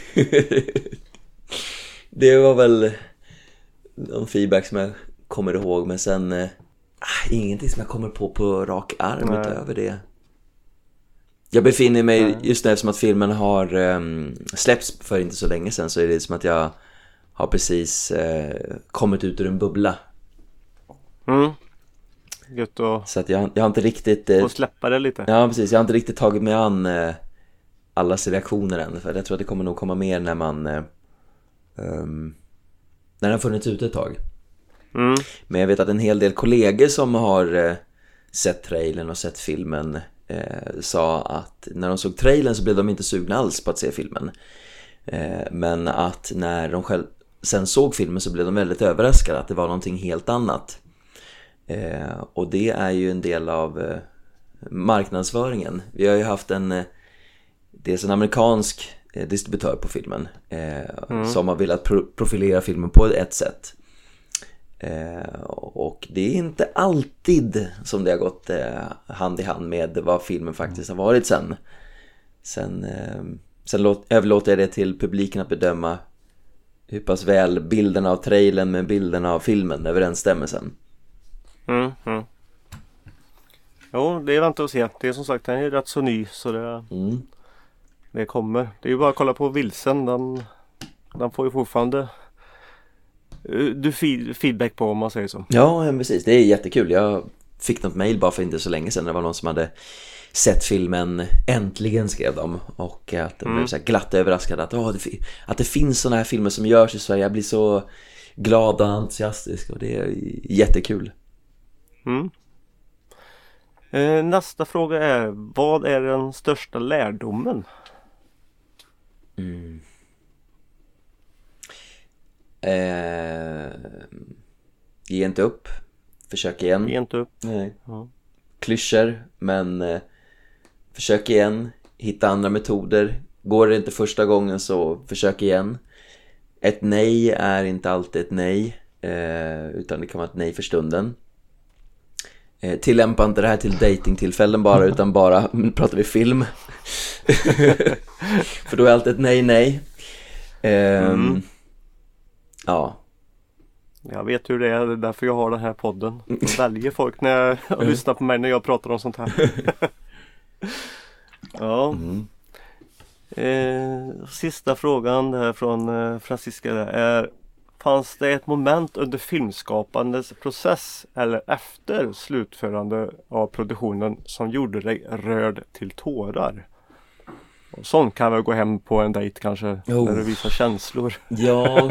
Det var väl någon feedback som jag kommer ihåg, men sen eh, ingenting som jag kommer på på rak arm Nej. utöver det. Jag befinner mig Nej. just nu, eftersom att filmen har um, släppts för inte så länge sedan, så är det som att jag har precis uh, kommit ut ur en bubbla. Mm. Gött att Så att jag, jag har inte riktigt uh, få släppa det lite. ja precis, jag har inte riktigt tagit mig an uh, allas reaktioner än, för jag tror att det kommer nog komma mer när man uh, um, när den har funnits ute ett tag. Mm. Men jag vet att en hel del kollegor som har uh, sett trailern och sett filmen Eh, sa att när de såg trailern så blev de inte sugna alls på att se filmen. Eh, men att när de själv sen såg filmen så blev de väldigt överraskade att det var någonting helt annat. Eh, och det är ju en del av eh, marknadsföringen. Vi har ju haft en, eh, dels en amerikansk eh, distributör på filmen eh, mm. som har velat pro- profilera filmen på ett sätt. Eh, och det är inte alltid som det har gått eh, hand i hand med vad filmen faktiskt har varit sen. Sen, eh, sen låt, överlåter jag det till publiken att bedöma hur pass väl bilderna av trailern med bilderna av filmen överensstämmer sen. Mm, mm. Jo, det är vänta att se. Det är som sagt, den är rätt så ny, så det, Mm. det kommer. Det är ju bara att kolla på Vilsen. Den, den får ju fortfarande du feedback på, om man säger så. Ja, precis. Det är jättekul. Jag fick något mejl bara för inte så länge sedan. Det var någon som hade sett filmen, äntligen skrev de, och att de mm. blev så här glatt överraskade att, oh, det, att det finns såna här filmer som görs i Sverige. Jag blir så glad och entusiastisk, och det är jättekul. Mm. Eh, nästa fråga är, vad är den största lärdomen? Mm. Eh, ge inte upp. Försök igen. Ge inte upp. Nej. Ja. Klyschor, men eh, försök igen. Hitta andra metoder. Går det inte första gången, så försök igen. Ett nej är inte alltid ett nej, eh, utan det kan vara ett nej för stunden. Eh, tillämpa inte det här till datingtillfällen bara, utan bara pratar vi film. För då är alltid ett nej nej. Eh, mm. Ja. Jag vet hur det är, det är därför jag har den här podden. Jag väljer folk när jag, jag lyssnar på mig när jag pratar om sånt här. Ja. Mm. Eh, sista frågan här från eh, Franziska är, fanns det ett moment under filmskapandets process eller efter slutförande av produktionen som gjorde dig rörd till tårar? Och sånt kan väl gå hem på en dejt kanske, oh. när du visar känslor. Ja.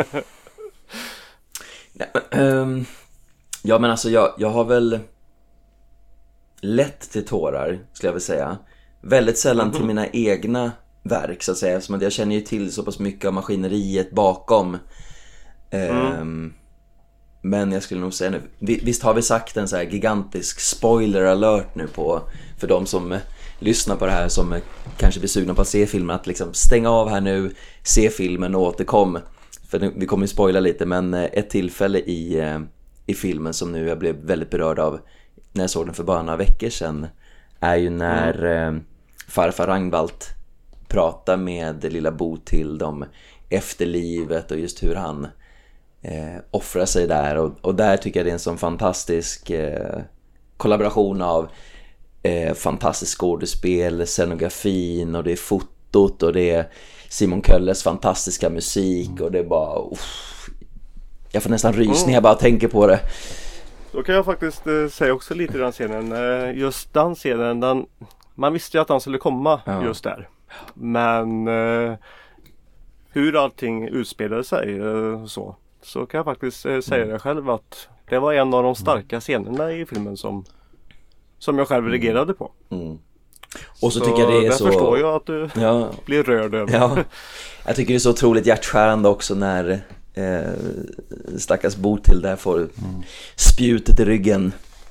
Nej, men, um, ja men alltså jag, jag har väl lätt till tårar, skulle jag vilja säga. Väldigt sällan mm. till mina egna verk, så att säga, som att jag känner ju till så pass mycket av maskineriet bakom. Mm. Um, men jag skulle nog säga nu, visst har vi sagt en så här gigantisk spoiler alert nu på, för de som eh, lyssnar på det här, som eh, kanske blir sugna på att se filmen, att liksom stänga av här nu, se filmen och återkom. För nu, vi kommer ju spoila lite, men eh, ett tillfälle i, eh, i filmen som nu jag blev väldigt berörd av när jag såg den för bara några veckor sedan, är ju när mm. eh, farfar Ragnvald pratar med lilla Botild om efterlivet och just hur han eh, offrar sig där, och, och där tycker jag det är en sån fantastisk eh, kollaboration av eh, fantastiskt skådespel, scenografin, och det är fotot, och det är Simon Kölles fantastiska musik, och det är bara uff, jag får nästan rysningar mm. bara tänker på det. Då kan jag faktiskt eh, säga också lite i den scenen, eh, just den scenen, den, man visste ju att han skulle komma ja. just där, men eh, hur allting utspelade sig eh, så så kan jag faktiskt eh, säga mm. det själv, att det var en av de starka scenerna i filmen som som jag själv reagerade på. Mm. Och så, så tycker jag det är så, förstår jag att du ja. blir rörd över. Ja. Jag tycker det är så otroligt hjärtskärande också när eh, stackars Botild där får mm. spjutet i ryggen.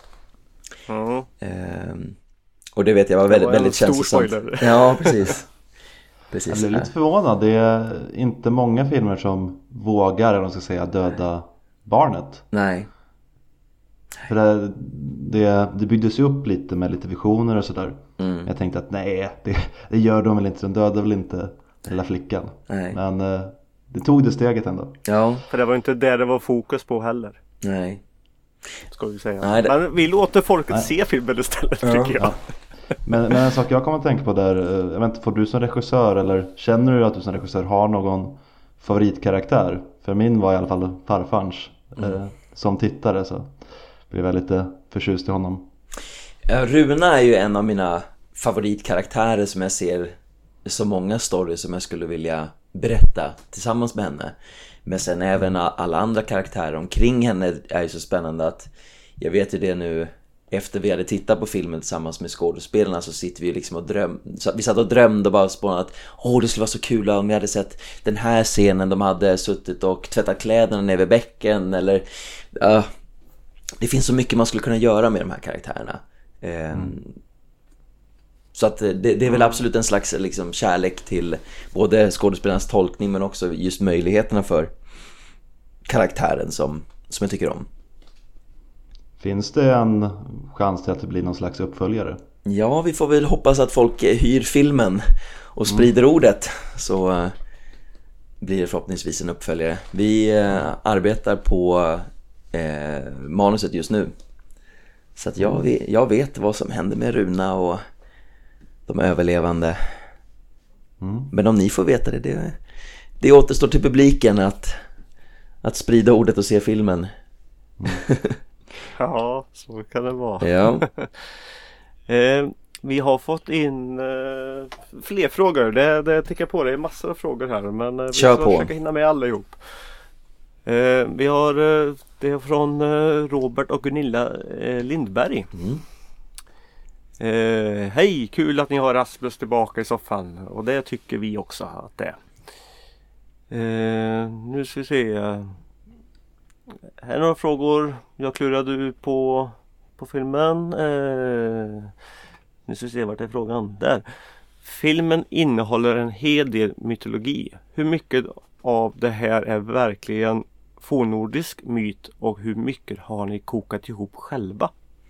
Mm. Eh, och det vet jag var väldigt, var väldigt känslosamt. Ja, precis. precis. Jag blev lite förvånad. Det är inte många filmer som vågar, eller man ska säga, döda barnet. Nej. För det, det, det byggdes ju upp lite med lite visioner och sådär. Mm. Jag tänkte att nej, det, det gör de väl inte, de dödar väl inte hela flickan. Nej. Men eh, det tog det steget ändå. Ja. För det var inte det det var fokus på heller. Nej. Ska vi säga. Nej, det... Men vi låter folket nej. se filmen istället, ja. tycker jag. Ja. Men, men en sak jag kommer att tänka på där, jag vet inte, får du som regissör, eller känner du att du som regissör har någon favoritkaraktär? För min var i alla fall farfarns mm. eh, som tittare, så blev jag lite förtjust i honom. Runa är ju en av mina favoritkaraktärer som jag ser så många stories som jag skulle vilja berätta tillsammans med henne. Men sen även alla andra karaktärer omkring henne är ju så spännande, att jag vet ju det nu, efter vi hade tittat på filmen tillsammans med skådespelarna, så sitter vi liksom och dröm, vi satt och drömde och bara spånade att åh, det skulle vara så kul om vi hade sett den här scenen, de hade suttit och tvättat kläderna nere vid bäcken, eller uh, det finns så mycket man skulle kunna göra med de här karaktärerna. Mm. Så att det, det är väl absolut en slags liksom, kärlek till både skådespelarnas tolkning, men också just möjligheterna för karaktären som, som jag tycker om. Finns det en chans till att det blir någon slags uppföljare? Ja, vi får väl hoppas att folk hyr filmen och sprider mm. ordet, så uh, blir det förhoppningsvis en uppföljare. Vi uh, arbetar på uh, manuset just nu. Så att jag vet, jag vet vad som händer med Runa och de överlevande. Mm. Men om ni får veta det, det, det återstår till publiken att, att sprida ordet och se filmen. Mm. Ja, så kan det vara. Ja. eh, vi har fått in eh, fler frågor. Det, det tickar på, det är massor av frågor här. Men eh, vi Kör ska på. försöka hinna med alla ihop. Eh, vi har eh, det är från eh, Robert och Gunilla eh, Lindberg. Mm. Eh, Hej, kul att ni har Rasmus tillbaka i soffan. Och det tycker vi också att det är. Eh, nu ska vi se. Här är några frågor. Jag klurade ut på, på filmen. Eh, nu ska vi se vart är frågan. Där. Filmen innehåller en hel del mytologi. Hur mycket av det här är verkligen fornnordisk myt och hur mycket har ni kokat ihop själva?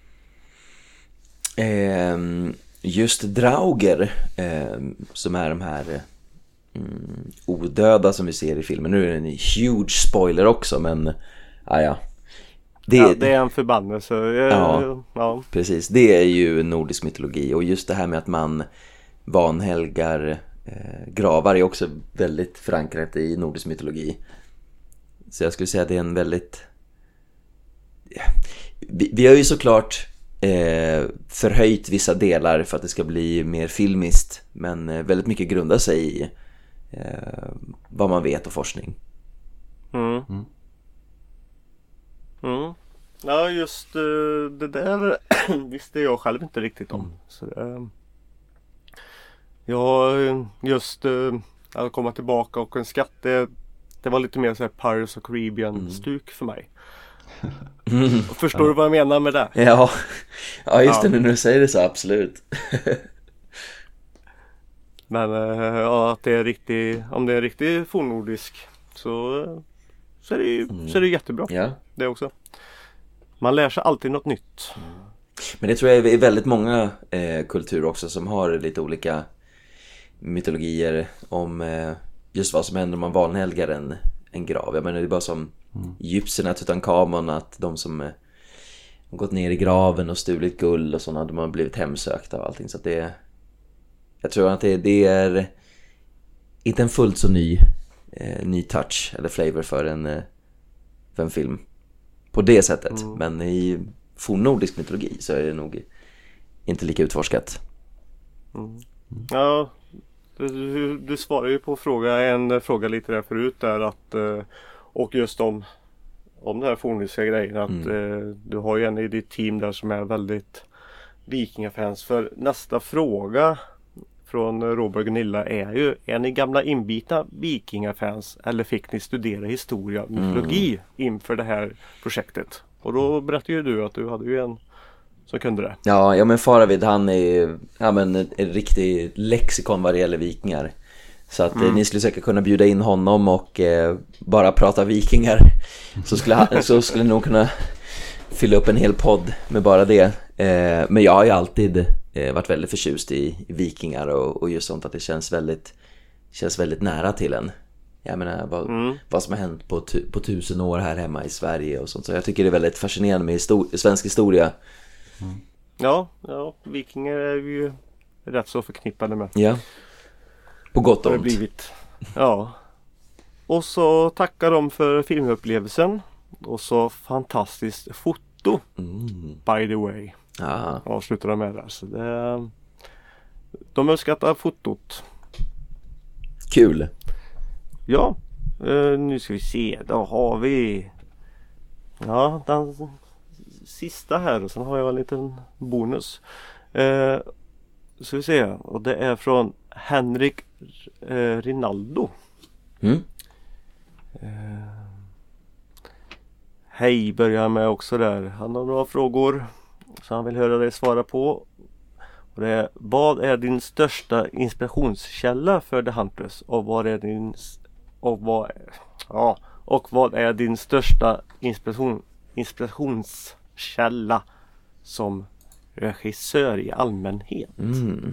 Eh, just Draugr eh, som är de här mm, odöda som vi ser i filmen. Nu är det en huge spoiler också, men ah, ja. Det, ja, det är en förbannelse. Ja, ja, precis. Det är ju nordisk mytologi. Och just det här med att man vanhelgar eh, gravar är också väldigt förankrat i nordisk mytologi. Så jag skulle säga att det är en väldigt... Ja. Vi, vi har ju såklart eh, förhöjt vissa delar för att det ska bli mer filmiskt. Men eh, väldigt mycket grundar sig i eh, vad man vet och forskning. Mm. Mm. Mm. Ja, just uh, det där visste jag själv inte riktigt om. Mm. Så, uh, ja, just uh, att komma tillbaka och en skatt, det, det var lite mer så här Pirates of Caribbean-stuk mm. för mig. Mm. Förstår ja. du vad jag menar med det? Ja, ja just det, ja. Nu säger det så, absolut. Men uh, ja, att det är riktigt, om det är riktigt fornnordisk så, så är det ju mm. så är det jättebra. Ja. Det också. Man lär sig alltid något nytt. Mm. Men det tror jag är väldigt många eh, kulturer också som har lite olika mytologier om eh, just vad som händer om man vanhelgar en, en grav. Jag menar det är bara som mm. egyptierna, Tutankhamon, att de som eh, har gått ner i graven och stulit guld och sådana, de har blivit hemsökta och allting. Så att det, jag tror att det, det är inte en fullt så ny, eh, ny touch eller flavor för en, eh, för en film. På det sättet, mm. men i fornnordisk mytologi så är det nog inte lika utforskat. Mm. Ja, du, du svarar ju på fråga, en fråga lite där förut där att, och just om, om den här fornnordiska grejen att mm. du har ju en i ditt team där som är väldigt vikingafans. För nästa fråga från Robert och Gunilla är ju, är ni gamla inbitna vikingafans eller fick ni studera historia och mytologi mm. inför det här projektet? Och då berättade ju du att du hade ju en som kunde det. Ja, ja men Faravid, han är ja, men en, en riktig lexikon vad det gäller vikingar. Så att mm. eh, ni skulle säkert kunna bjuda in honom och eh, bara prata vikingar. Så skulle, han, så skulle ni nog kunna fylla upp en hel podd med bara det. Eh, men jag har ju alltid eh, varit väldigt förtjust i, i vikingar och, och just sånt att det känns väldigt, känns väldigt nära till en. Jag menar vad, mm. vad som har hänt på, tu, på tusen år här hemma i Sverige och sånt. Så jag tycker det är väldigt fascinerande med histor- svensk historia. Mm. Ja, ja, vikingar är ju rätt så förknippade med. Ja, på gott och ont. Blivit. Ja. Och så tackar de för filmupplevelsen. Och så fantastiskt foto. Mm. By the way. Ah. Avslutar de med det. Så det, de uppskattar fotot. Kul. Ja, uh, nu ska vi se. Då har vi ja, den sista här. Och sen har jag en liten bonus. Uh, så vi se. Och det är från Henrik uh, Rinaldo. Mm. Uh, Hej, börjar med också där. Han har några frågor så han vill höra dig svara på. Och det är, vad är din största inspirationskälla för The Hunters? Och vad är din och vad ja, och vad är din största inspiration, inspirationskälla som regissör i allmänhet? Mm.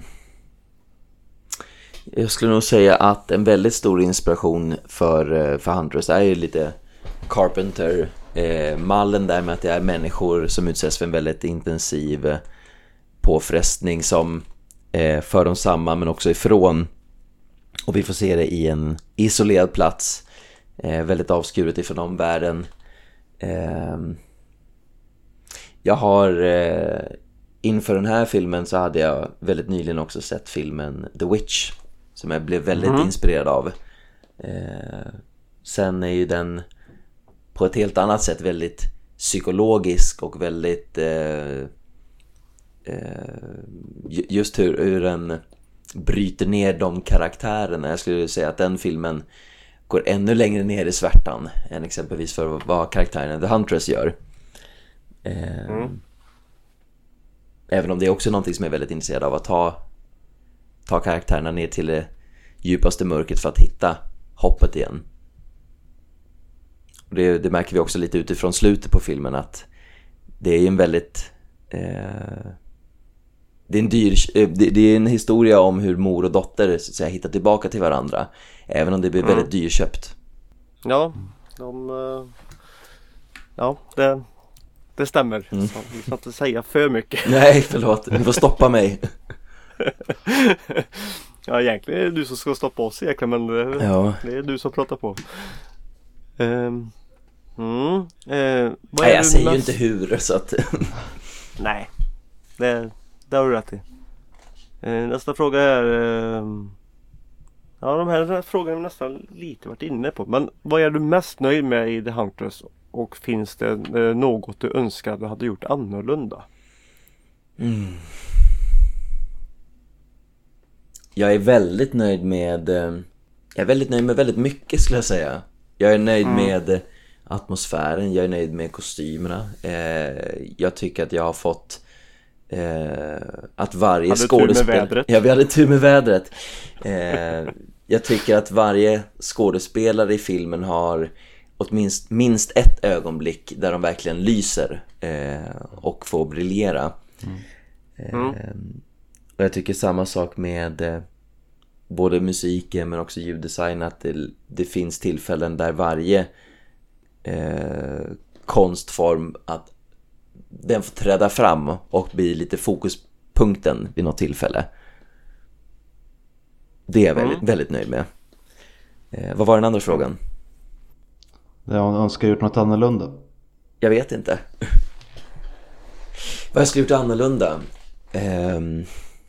Jag skulle nog säga att en väldigt stor inspiration för, för Hunters är ju lite Carpenter eh, mallen där med att det är människor som utsätts för en väldigt intensiv eh, påfrestning som eh, för dem samman men också ifrån Och vi får se det i en isolerad plats, eh, väldigt avskuret ifrån omvärlden. Eh, jag har eh, inför den här filmen så hade jag väldigt nyligen också sett filmen The Witch, som jag blev väldigt mm. inspirerad av. Eh, sen är ju den på ett helt annat sätt väldigt psykologisk och väldigt eh, eh, just hur, hur den bryter ner de karaktärerna. Jag skulle säga att den filmen går ännu längre ner i svärtan än exempelvis för vad karaktären The Huntress gör. Eh, mm. Även om det är också någonting som jag är väldigt intresserad av, att ta, ta karaktärerna ner till det djupaste mörkret för att hitta hoppet igen. Det, det märker vi också lite utifrån slutet på filmen, att det är en väldigt eh, det är en dyr det, det är en historia om hur mor och dotter så att säga hittar tillbaka till varandra, även om det blir mm. väldigt dyrköpt. Ja, de ja, det det stämmer. Mm. Så vi ska inte säga för mycket. Nej, förlåt. Du får stoppa mig. Ja, egentligen är det du som ska stoppa oss egentligen, men det, ja. det är du som pratar på. Um, mm, uh, Nej, jag säger mest... ju inte hur, så att... Nej, det, det har du rätt i. Uh, nästa fråga är... Uh, ja, de här, den här frågan är nästan lite varit inne på. Men vad är du mest nöjd med i The Huntress? Och finns det uh, något du önskar du hade gjort annorlunda? Mm. Jag är väldigt nöjd med... Uh, jag är väldigt nöjd med väldigt mycket, skulle jag säga. Jag är nöjd mm. med atmosfären, jag är nöjd med kostymerna. Eh, jag tycker att jag har fått eh, att varje skådespelare... Ja, vi hade tur med vädret. Eh, jag tycker att varje skådespelare i filmen har åtminstone minst ett ögonblick där de verkligen lyser eh, och får briljera. Mm. Eh, och jag tycker samma sak med... Eh, både musiken men också ljuddesign, att det, det finns tillfällen där varje eh, konstform, att den får träda fram och bli lite fokuspunkten vid något tillfälle. Det är jag väldigt, mm. väldigt nöjd med. Eh, vad var den andra frågan? Jag önskar gjort något annorlunda. Jag vet inte. Vad jag skulle gjort annorlunda? Ehm...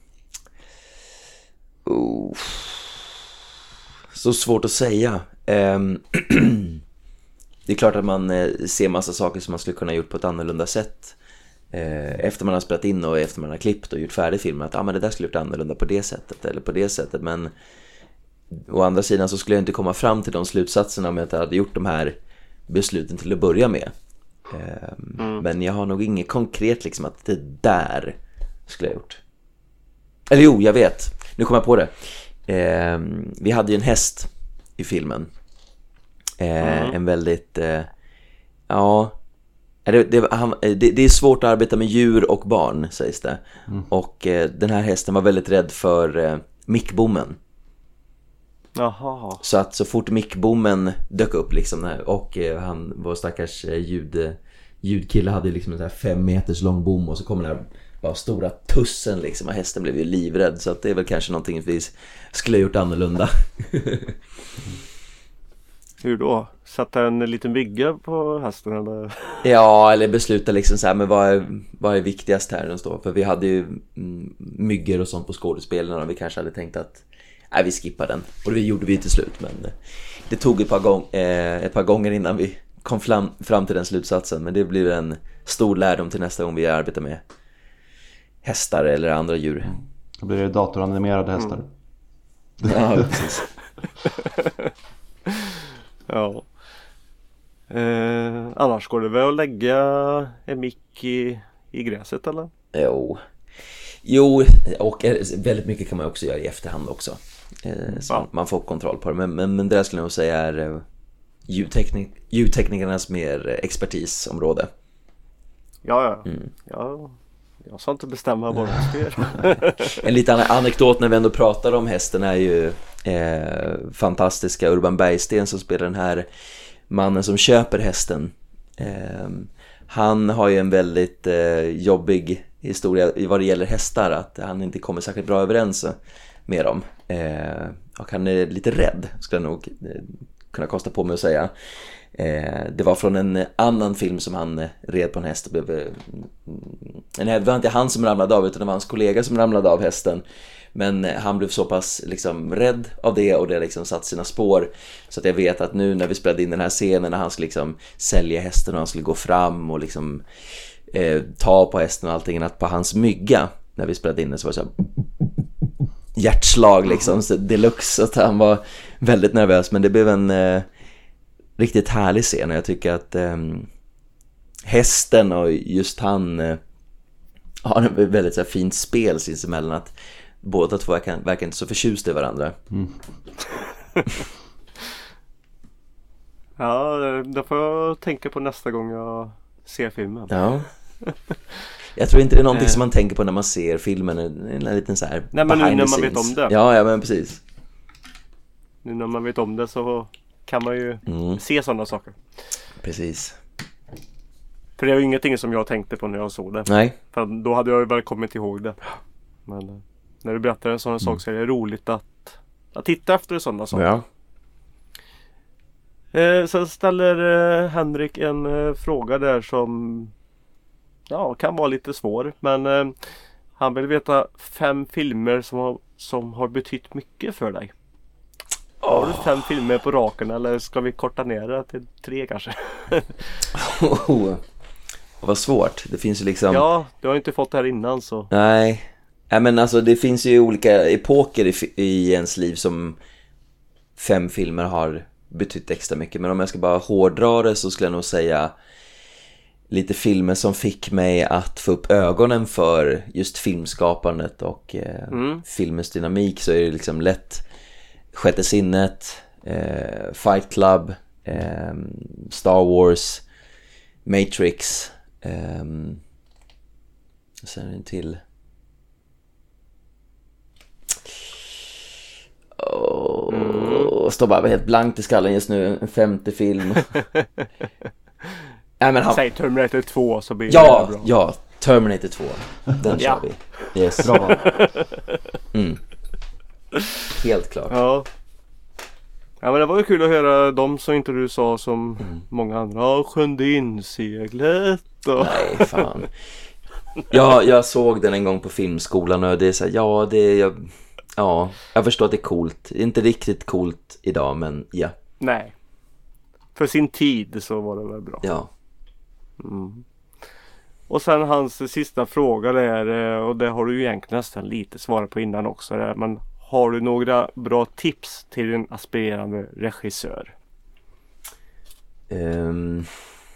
Oh. Så svårt att säga. um, Det är klart att man eh, ser massa saker som man skulle kunna gjort på ett annorlunda sätt eh, efter man har spelat in och efter man har klippt och gjort färdig filmen, att ah, men det där skulle gjort annorlunda på det sättet eller på det sättet. Men å andra sidan så skulle jag inte komma fram till de slutsatserna om jag inte hade gjort de här besluten till att börja med. um, mm. Men jag har nog inget konkret liksom att det där skulle jag gjort. Eller jo, jag vet. Nu kommer jag på det. Eh, vi hade ju en häst i filmen. Eh, mm. En väldigt... Eh, ja... Det, det, han, det, det är svårt att arbeta med djur och barn, sägs det. Mm. Och eh, den här hästen var väldigt rädd för eh, mickbommen. Jaha. Så att så fort mickbommen dök upp liksom, och eh, han, vår stackars eh, ljud, ljudkille hade liksom en så här fem meters lång bom, och så kommer den här bara stora tussen liksom, och hästen blev ju livrädd. Så att det är väl kanske någonting vi skulle ha gjort annorlunda. Hur då? Satt en liten bygga på hästen eller? Ja, eller besluta liksom så här, men vad är, vad är viktigast här den står? För vi hade ju myggor och sånt på skådespelarna, och vi kanske hade tänkt att nej, vi skippar den. Och det gjorde vi till slut, men det tog ett par, gång, eh, ett par gånger innan vi kom fram, fram till den slutsatsen. Men det blir en stor lärdom till nästa gång vi arbetar med hästar eller andra djur. Då blir det datoranimerade hästar. Mm. Ja, precis. Ja. Eh, annars går det väl att lägga en mick i, i gräset eller? Jo. Jo, och väldigt mycket kan man också göra i efterhand också. Eh, så ja. Man får kontroll på det. Men, men, men det skulle jag nog säga är ljudteknik, ljudteknikernas mer expertisområde. Ja, ja. Mm. Ja. Jag sa inte bestämma vad de ska göra. En liten anekdot när vi ändå pratar om hästen är ju eh, fantastiska Urban Bergsten som spelar den här mannen som köper hästen. Eh, han har ju en väldigt eh, jobbig historia vad det gäller hästar, att han inte kommer särskilt bra överens med dem. Eh, och han är lite rädd, skulle jag nog eh, kunna kosta på mig att säga. Eh, det var från en annan film som han eh, red på en häst och blev... Eh, nej, det var inte han som ramlade av, utan det var hans kollega som ramlade av hästen. Men eh, han blev så pass liksom rädd av det, och det liksom satt sina spår. Så att jag vet att nu när vi spelade in den här scenen, när han skulle liksom sälja hästen och han skulle gå fram och liksom eh, ta på hästen och allting, att på hans mygga, när vi spelade in den, så var det så här hjärtslag liksom, så deluxe, att han var väldigt nervös. Men det blev en eh, riktigt härlig scen, och jag tycker att eh, hästen och just han eh, har en väldigt så här, fint spel sinsemellan, att båda två verkar, verkar inte så förtjust i varandra. Mm. Ja, det får jag tänka på nästa gång jag ser filmen. Ja. Jag tror inte det är någonting som man tänker på när man ser filmen. En, en liten så här nej, men nu när man vet om det. Ja, ja, men precis. Nu när man vet om det så kan man ju mm. se sådana saker. Precis. För det är ju ingenting som jag tänkte på när jag såg det. Nej. För då hade jag ju väl kommit ihåg det. Men när du berättar en sån mm. sak så är det roligt att, att titta efter sådana saker. Ja. Eh, sen ställer eh, Henrik en eh, fråga där som ja, kan vara lite svår. Men eh, han vill veta fem filmer som har, som har betytt mycket för dig. Oh. Har du fem filmer på raken, eller ska vi korta ner det till tre kanske? oh. Vad svårt. Det finns ju liksom... Ja, du har inte fått det här innan så... Nej. Nej, men alltså det finns ju olika epoker i, i ens liv som fem filmer har betytt extra mycket. Men om jag ska bara hårdra det, så skulle jag nog säga lite filmer som fick mig att få upp ögonen för just filmskapandet och eh, mm. filmens dynamik. Så är det liksom lätt Sjätte sinnet, eh, Fight Club, eh, Star Wars, Matrix, eh, och sen är det en till. Oh, mm. Står bara helt blankt i skallen just nu. En femte film. Nej, men han... Säg Terminator två så blir ja, det bra. Ja, Terminator två. Den kör ja. vi. Yes. Bra. Mm. Helt klart. Ja. Ja, men det var ju kul att höra dem som inte du sa som mm. många andra. Ja, Sjunde inseglet. Och... Nej, fan. Ja, jag såg den en gång på filmskolan och det är så här, ja, det är... Jag... Ja, jag förstår att det är coolt. Inte riktigt coolt idag, men ja. Nej. För sin tid så var det väl bra. Ja. Mm. Och sen hans sista fråga där, och det har du ju egentligen nästan lite svarat på innan också där, men har du några bra tips till en aspirerande regissör? Um,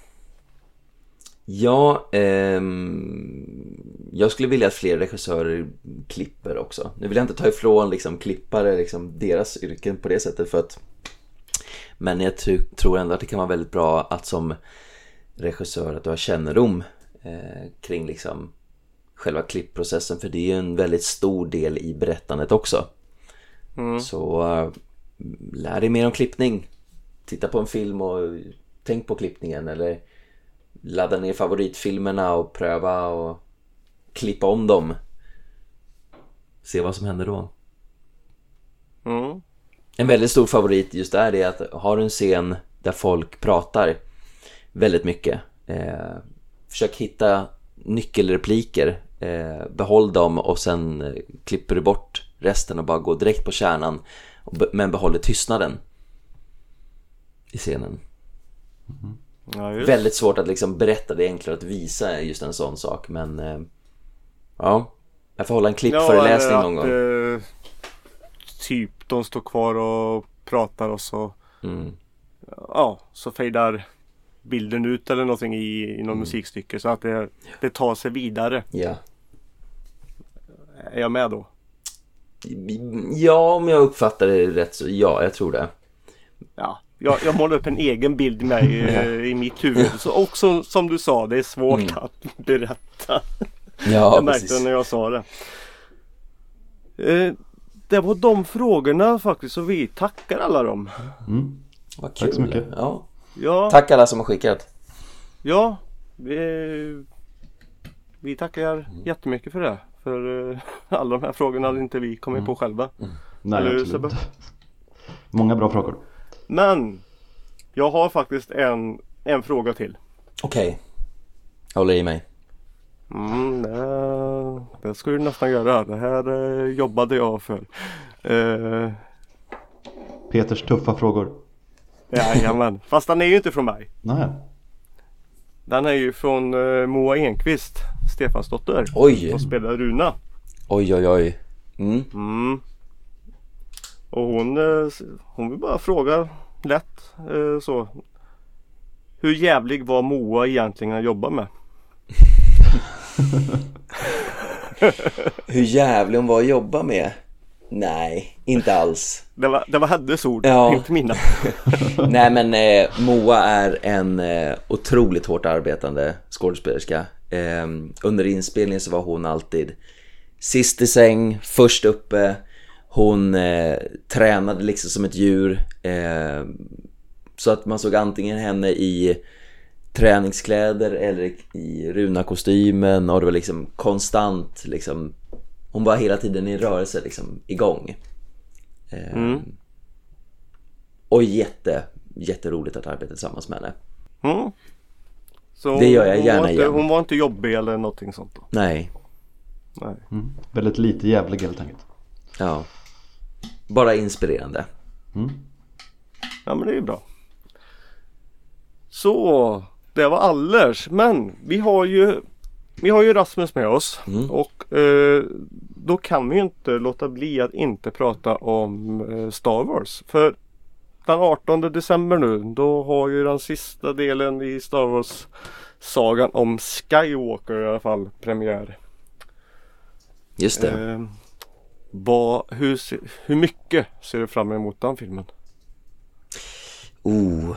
ja, um, jag skulle vilja att fler regissörer klipper också. Nu vill jag inte ta ifrån liksom, klippare liksom, deras yrken på det sättet, för att men jag t- tror ändå att det kan vara väldigt bra att som regissör att du har kännedom eh, kring liksom själva klippprocessen, för det är ju en väldigt stor del i berättandet också. Mm. Så uh, lär dig mer om klippning. Titta på en film och tänk på klippningen, eller ladda ner favoritfilmerna och pröva och klippa om dem. Se vad som händer då. Mm. En väldigt stor favorit just där är att har du en scen där folk pratar väldigt mycket, eh, försök hitta nyckelrepliker, eh, behåll dem och sen eh, klipper du bort resten och bara går direkt på kärnan, och be- men behåller tystnaden i scenen. Mm. Ja, just. Väldigt svårt att liksom berätta, det är enklare att visa just en sån sak, men eh, ja, jag får hålla en klippföreläsning ja, någon gång. Eh, typ de står kvar och pratar och så mm. ja, så fejdar bilden ut eller någonting i, i någon mm. musikstycke så att det, det tar sig vidare. Ja. Är jag med då? Ja, om jag uppfattar det rätt så ja, jag tror det. Ja, jag, jag målar upp en egen bild med mig i, i mitt huvud. Så också som du sa, det är svårt mm. att berätta. Ja, jag märkte precis. När jag sa det. Eh, det var de frågorna faktiskt, så vi tackar alla dem. Mm. Vad kul. Tack så mycket. Ja. Ja. Tack alla som har skickat. Ja, vi, vi tackar jättemycket för det. För eh, alla de här frågorna hade inte vi kommit Mm. på själva. Mm. Nej, Eller hur, absolut Sebbe? inte. Många bra frågor. Men jag har faktiskt en, en fråga till. Okej, okay. Jag håller i mig. Mm, det, det ska du nästan göra. Det här eh, jobbade jag för. Eh, Peters tuffa frågor. Jajamän. Fast den är ju inte från mig. Nej. Den är ju från eh, Moa Enqvist, Stefans dotter. Oj. Som spelar Runa. Oj, oj, oj. Mm. Mm. Och hon, eh, hon vill bara fråga lätt eh, så. Hur jävlig var Moa egentligen att jobba med? Hur jävlig hon var att jobba med? Nej, inte alls. Det var, det var Heddes ord, ja. Inte mina. Nej, men eh, Moa är en eh, otroligt hårt arbetande skådespelerska. Eh, under inspelningen så var hon alltid sist i säng, först uppe. Hon eh, tränade liksom som ett djur. Eh, så att man såg antingen henne i träningskläder eller i Runa-kostymen. Och det var liksom konstant liksom. Hon var hela tiden i rörelse liksom, igång. Eh, mm. Och jätte, jätteroligt att arbeta tillsammans med henne. Mm. Så det gör jag gärna hon var, inte, igen. hon var inte jobbig eller någonting sånt då? Nej. Nej. Mm. Väldigt lite jävlig helt enkelt. Ja. Bara inspirerande. Mm. Ja, men det är ju bra. Så, det var allers. Men vi har ju Vi har ju Rasmus med oss. Mm. Och eh, då kan vi ju inte låta bli att inte prata om eh, Star Wars. För den artonde december nu, då har ju den sista delen i Star Wars-sagan om Skywalker i alla fall premiär. Just det. Eh, vad, hur, se- hur mycket ser du fram emot den filmen? Oh.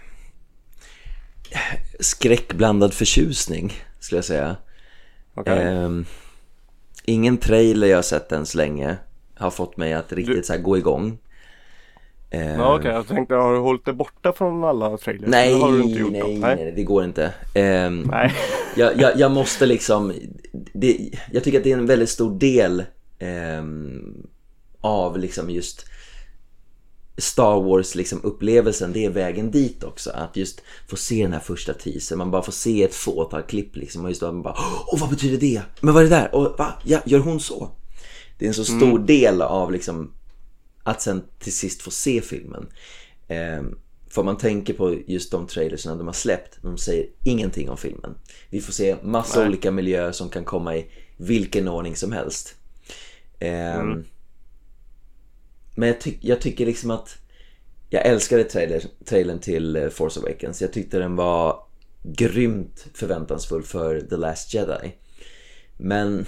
Skräckblandad förtjusning, skulle jag säga. Okay. Eh, ingen trailer jag har sett än så länge har fått mig att riktigt Du... så här gå igång. Eh, Ja, okej, okay. Jag tänkte, har du hållit dig borta från alla trailers? Nej, har du inte gjort nej, nej, nej, det går inte. Eh, nej. jag, jag, jag måste liksom det, jag tycker att det är en väldigt stor del eh, av liksom just Star Wars liksom upplevelsen, det är vägen dit också, att just få se den här första teasern, man bara får se ett fåtal klipp liksom, och just då man bara, åh vad betyder det? Men vad är det där? Och va? Ja, gör hon så? Det är en så stor mm. del av liksom att sen till sist få se filmen. Eh, för man tänker på just de trailersna de har släppt, de säger ingenting om filmen. Vi får se massa Nej. olika miljöer som kan komma i vilken ordning som helst. Eh, mm. Men jag, ty- jag tycker liksom att jag älskade trailer- trailern till Force Awakens. Jag tyckte den var grymt förväntansfull för The Last Jedi. Men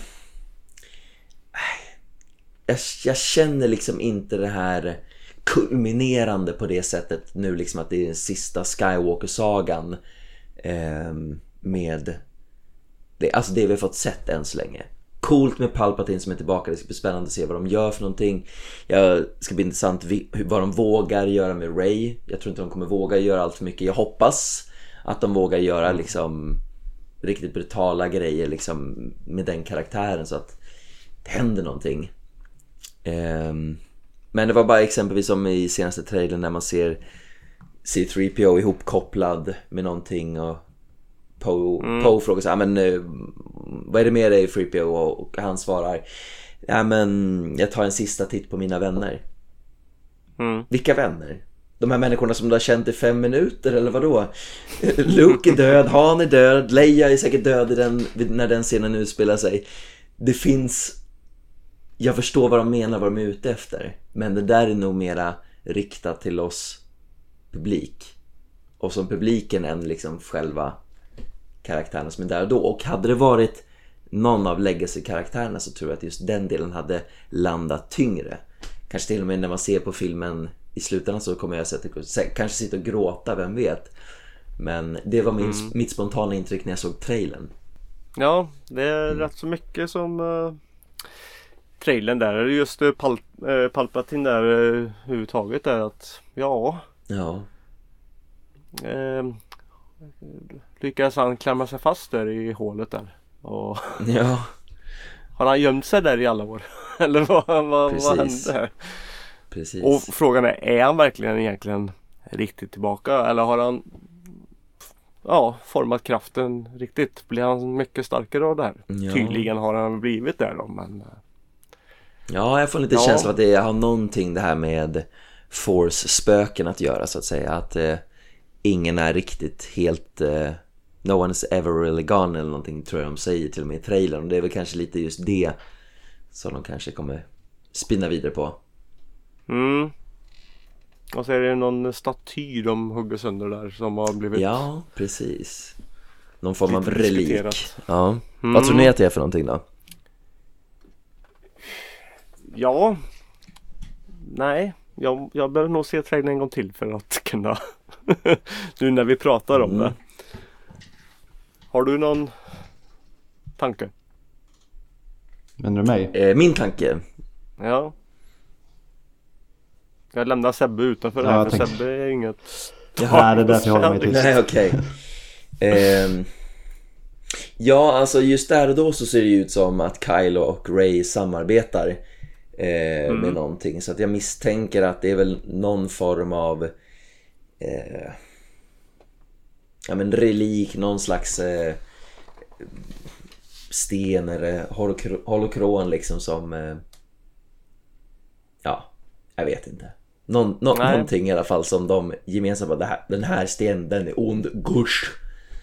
jag, jag känner liksom inte det här kulminerande på det sättet nu, liksom att det är den sista Skywalker-sagan eh, med det, alltså det vi har fått sett än så länge. Coolt med Palpatine som är tillbaka. Det ska bli spännande att se vad de gör för någonting. Det ska bli intressant vad de vågar göra med Rey. Jag tror inte de kommer våga göra allt för mycket. Jag hoppas att de vågar göra liksom riktigt brutala grejer liksom med den karaktären, så att det händer någonting. Um, men det var bara exempelvis som i senaste trailern när man ser C tre P O ihopkopplad med någonting, och Poe, mm. Poe frågar så här, men uh, vad är det med dig tre P O? Och han svarar, ja men jag tar en sista titt på mina vänner. Mm. Vilka vänner? De här människorna som du har känt i fem minuter, eller vadå? Luke är död, Han är död, Leia är säkert död i den, när den scenen utspelar sig. Det finns, jag förstår vad de menar, vad de är ute efter, men det där är nog mera riktat till oss publik, och som publiken än liksom själva karaktärerna som är där och då. Och hade det varit någon av legacy-karaktärerna så tror jag att just den delen hade landat tyngre. Kanske till och med när man ser på filmen i slutändan så kommer jag sätta, kanske sitta och gråta, vem vet. Men det var min, mm. mitt spontana intryck när jag såg trailern. Ja, det är mm. rätt så mycket som uh, trailern där. Just uh, Pal- uh, Palpatine där uh, överhuvudtaget är att, ja. Ja. Uh, lyckas han klämma sig fast där i hålet där. Och ja. Har han gömt sig där i alla år? Eller vad, vad, vad hände här? Precis. Och frågan är, är han verkligen egentligen riktigt tillbaka? Eller har han ja, format kraften riktigt? Blir han mycket starkare av det här? Ja. Tydligen har han blivit där då, men... Ja, jag får lite Ja. känsla att det har någonting det här med Force-spöken att göra så att säga. Att eh, ingen är riktigt helt... Eh, no one is ever really gone eller någonting tror jag de säger till och med i trailern. Och det är väl kanske lite just det som de kanske kommer spinna vidare på. Mm. Och så är det någon staty de hugger sönder där som har blivit... Ja, precis. Någon form av Lite relik. diskuterat. Ja. Mm. Vad tror ni att det är för någonting då? Ja. Nej. Jag, jag behöver nog se trailern en gång till för att kunna... nu när vi pratar om Mm. det. Har du någon tanke? Menar du mig? Eh, min tanke. Ja. Jag lämnar Sebbe utanför Ja, det här jag för tänkte- Sebbe är inget... Nej, det är därför jag håller mig tyst. Nej, okej. Ehm, ja, alltså just där och då så ser det ju ut som att Kylo och Rey samarbetar eh, Mm. med någonting. Så att jag misstänker att det är väl någon form av eh, ja men relik, någon slags eh, sten eller holokro- holokron liksom som eh, ja, jag vet inte. Någon, nå- Nej. någonting i alla fall som de gemensamt bara, det här, den här stenen, den är ond, gush.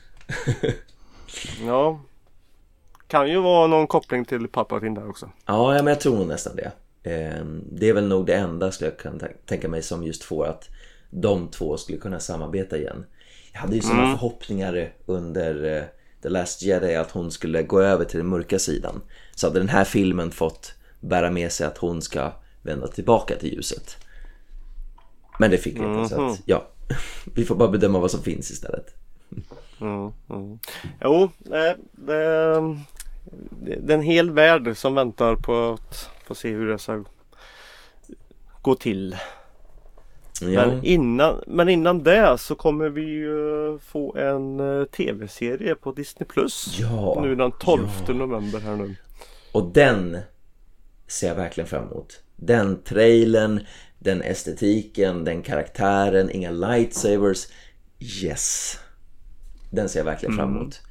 Ja. Kan ju vara någon koppling till Palpatine där också. Ja, ja, men jag tror nog nästan det. Eh, det är väl nog det enda skulle jag kunna t- tänka mig som just får att de två skulle kunna samarbeta igen. Jag hade ju sådana Mm. förhoppningar under eh, The Last Jedi att hon skulle gå över till den mörka sidan. Så hade den här filmen fått bära med sig att hon ska vända tillbaka till ljuset. Men det fick vi inte, så Mhm. att ja, vi får bara bedöma vad som finns istället. Mm, mm. Jo, det, det, det är en hel värld som väntar på att få se hur det ska gå till. Ja, Men, innan, men innan det så kommer vi ju få en eh, tv-serie på Disney Plus. ja, Nu den tolfte ja. november här nu. Och den ser jag verkligen fram emot. Den trailern, den estetiken, den karaktären, inga lightsabers. Yes. Den ser jag verkligen fram Mm. emot.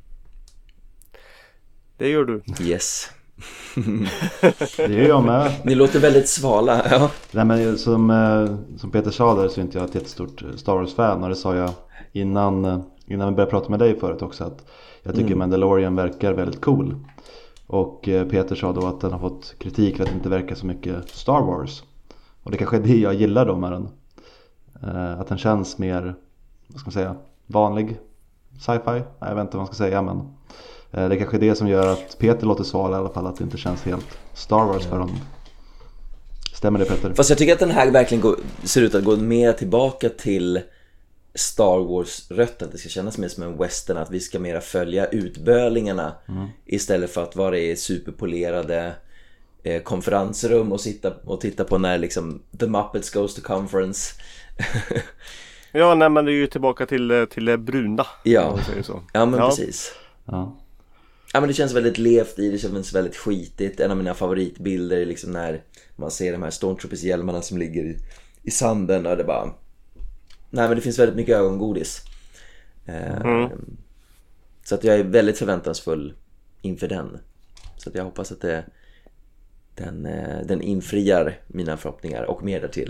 Det gör du. Yes. Det är jag med. Ni låter väldigt svala. Ja. Nej, men som, eh, som Peter sa där så är inte jag ett jättestort Star Wars-fan. Och det sa jag innan, eh, innan vi började prata med dig förut också, att jag tycker Mm. Mandalorian verkar väldigt cool. Och eh, Peter sa då att den har fått kritik för att det inte verkar så mycket Star Wars. Och det kanske är det jag gillar då med den. Eh, att den känns mer, vad ska man säga, vanlig sci-fi. Nej, jag vet inte vad man ska säga, men eh, det är kanske är det som gör att Peter låter sval i alla fall, att det inte känns helt Star Wars för honom. Stämmer det, Peter? Fast jag tycker att den här verkligen går, ser ut att gå mer tillbaka till Star Wars-rötten. Det ska kännas mer som en western, att vi ska mera följa utbölingarna Mm. istället för att vara i superpolerade eh, konferensrum och sitta och titta på när liksom The Muppets Goes to Conference. Ja, nej, men det är ju tillbaka till, till det bruna. Ja. om man säger så. Ja, men Ja. precis. Ja. Ja, men det känns väldigt levt i, det känns väldigt skitigt. En av mina favoritbilder är liksom när man ser de här Stormtroopers-hjälmarna som ligger i, i sanden och det bara... Nej, men det finns väldigt mycket ögongodis. Eh, Mm. Så att jag är väldigt förväntansfull inför den. Så att jag hoppas att det, den, eh, den infriar mina förhoppningar och mer därtill.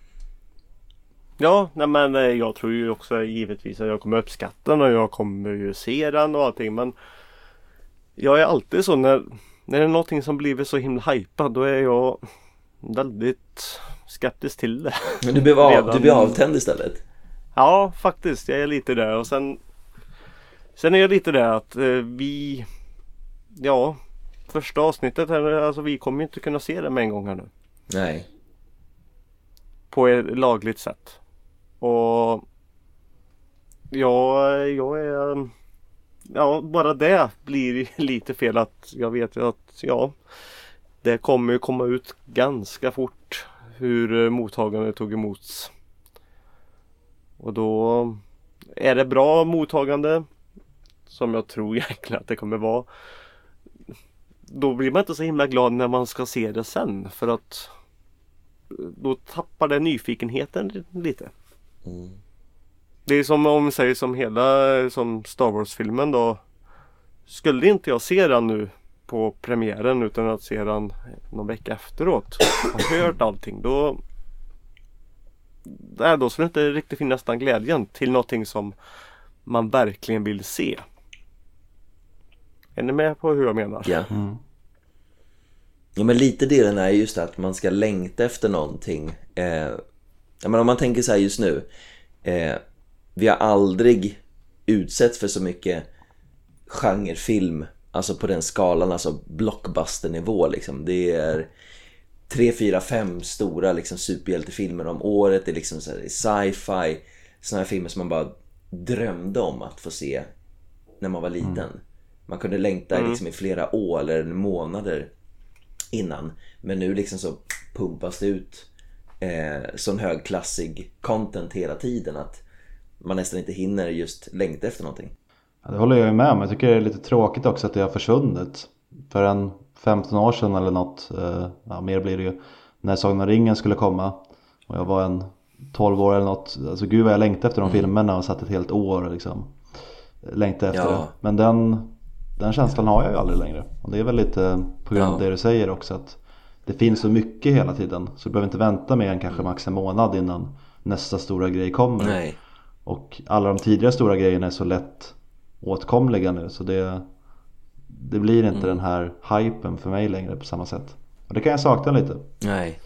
Ja, nej, men eh, jag tror ju också givetvis att jag kommer uppskatta den och jag kommer ju se den och allting, men jag är alltid så när, när det är någonting som blivit så himla hypad, då är jag väldigt skeptisk till det. Men du blir, av, Redan- du blir avtänd istället. Ja, faktiskt, jag är lite där och sen sen är jag lite där att eh, vi ja, första avsnittet här, alltså vi kommer ju inte kunna se det med en gång här nu. Nej. På ett lagligt sätt. Och ja, jag är ja, bara det blir lite fel, att jag vet ju att ja, det kommer ju komma ut ganska fort hur mottagandet tog emot. Och då är det bra mottagande, som jag tror egentligen att det kommer vara. då blir man inte så himla glad när man ska se det sen. För att då tappar det nyfikenheten lite. Mm. Det är som om vi säger som hela som Star Wars-filmen då. Skulle inte jag se den nu på premiären utan att se den någon vecka efteråt och hört allting, då nej, då skulle det inte riktigt finnas den glädjen till någonting som man verkligen vill se. Är ni med på hur jag menar? Ja. Mm. Ja, men lite delen är just att man ska längta efter någonting. Eh, ja, men om man tänker så här just nu. Eh, vi har aldrig utsetts för så mycket genrefilm, alltså på den skalan, alltså blockbusternivå liksom. Det är tre, fyra, fem stora liksom superhjältefilmer om året. Det är liksom så här, sci-fi, såna här filmer som man bara drömde om att få se när man var liten. Mm. Man kunde längta mm. liksom i flera år eller månader innan. Men nu liksom så pumpas det ut eh, sån högklassig content hela tiden att man nästan inte hinner just längta efter någonting. Ja, det håller jag ju med om. Jag tycker det är lite tråkigt också att det har försvunnit. För en femton år sedan eller något, eh, ja, mer blir det ju, när Sagan om ringen skulle komma och jag var en tolv år eller något. Alltså gud vad jag längtade efter de mm. filmerna och satt ett helt år liksom. Längtade efter ja. det. Men den, den känslan har jag ju aldrig längre. Och det är väl lite på grund av ja. det du säger också, att det finns så mycket hela tiden. Så du behöver inte vänta mer än kanske max en månad innan nästa stora grej kommer. Nej. Och alla de tidigare stora grejerna är så lätt åtkomliga nu, så det, det blir inte mm. den här hypen för mig längre på samma sätt. Och det kan jag sakna lite. Nej.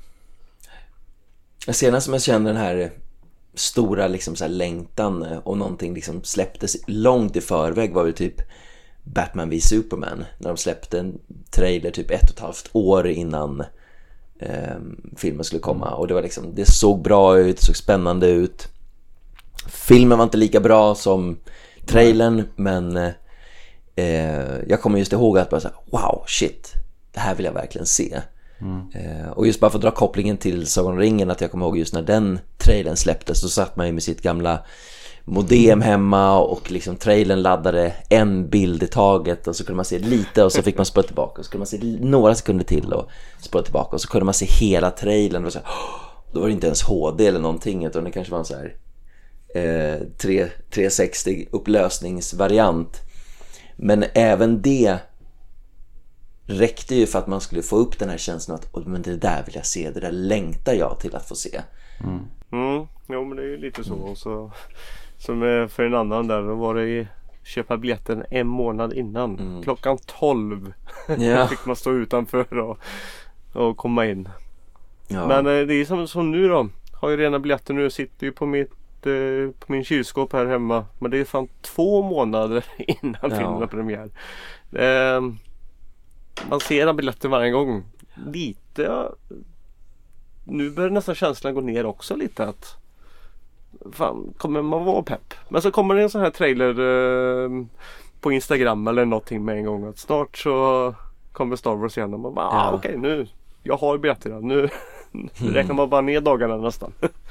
Senast som jag kände den här stora liksom så här längtan och någonting liksom släpptes långt i förväg var ju typ Batman v Superman, när de släppte en trailer typ ett och ett halvt år innan eh, filmen skulle komma. Och det var liksom, det såg bra ut, det såg spännande ut. Filmen var inte lika bra som trailern, men eh, jag kommer just ihåg att bara så här, wow, shit, det här vill jag verkligen se. Mm. Eh, och just bara för att dra kopplingen till Sagan om ringen, att jag kommer ihåg just när den trailern släpptes, så satt man ju med sitt gamla modem hemma och liksom trailern laddade en bild i taget och så kunde man se lite och så fick man spåra tillbaka och så kunde man se några sekunder till och spåra tillbaka och så kunde man se hela trailern och så här, då var det inte ens H D eller någonting, utan det kanske var en så här eh, tre sextio upplösningsvariant. Men även det räckte ju för att man skulle få upp den här känslan att oh, men det där vill jag se, det där längtar jag till att få se. Mm. Mm, jo, men det är ju lite så. Och så som för en annan där, då var det ju köpa biljetten en månad innan. Mm. Klockan tolv ja. fick man stå utanför och, och komma in. Ja. Men det är som, som nu då. Har ju rena biljetter nu, sitter ju på mitt eh, på min kylskåp här hemma. Men det är fan två månader innan ja. filmen har premiär. Eh, man ser den biljetten varje gång. Lite... Nu börjar nästan känslan gå ner också lite, att fan, kommer man vara pepp. Men så kommer det en sån här trailer eh, på Instagram eller någonting med en gång, att snart så kommer Star Wars igen och man bara, ah, ja. okej, nu, jag har biljetterna, nu, nu mm. räknar man bara ner dagarna nästan.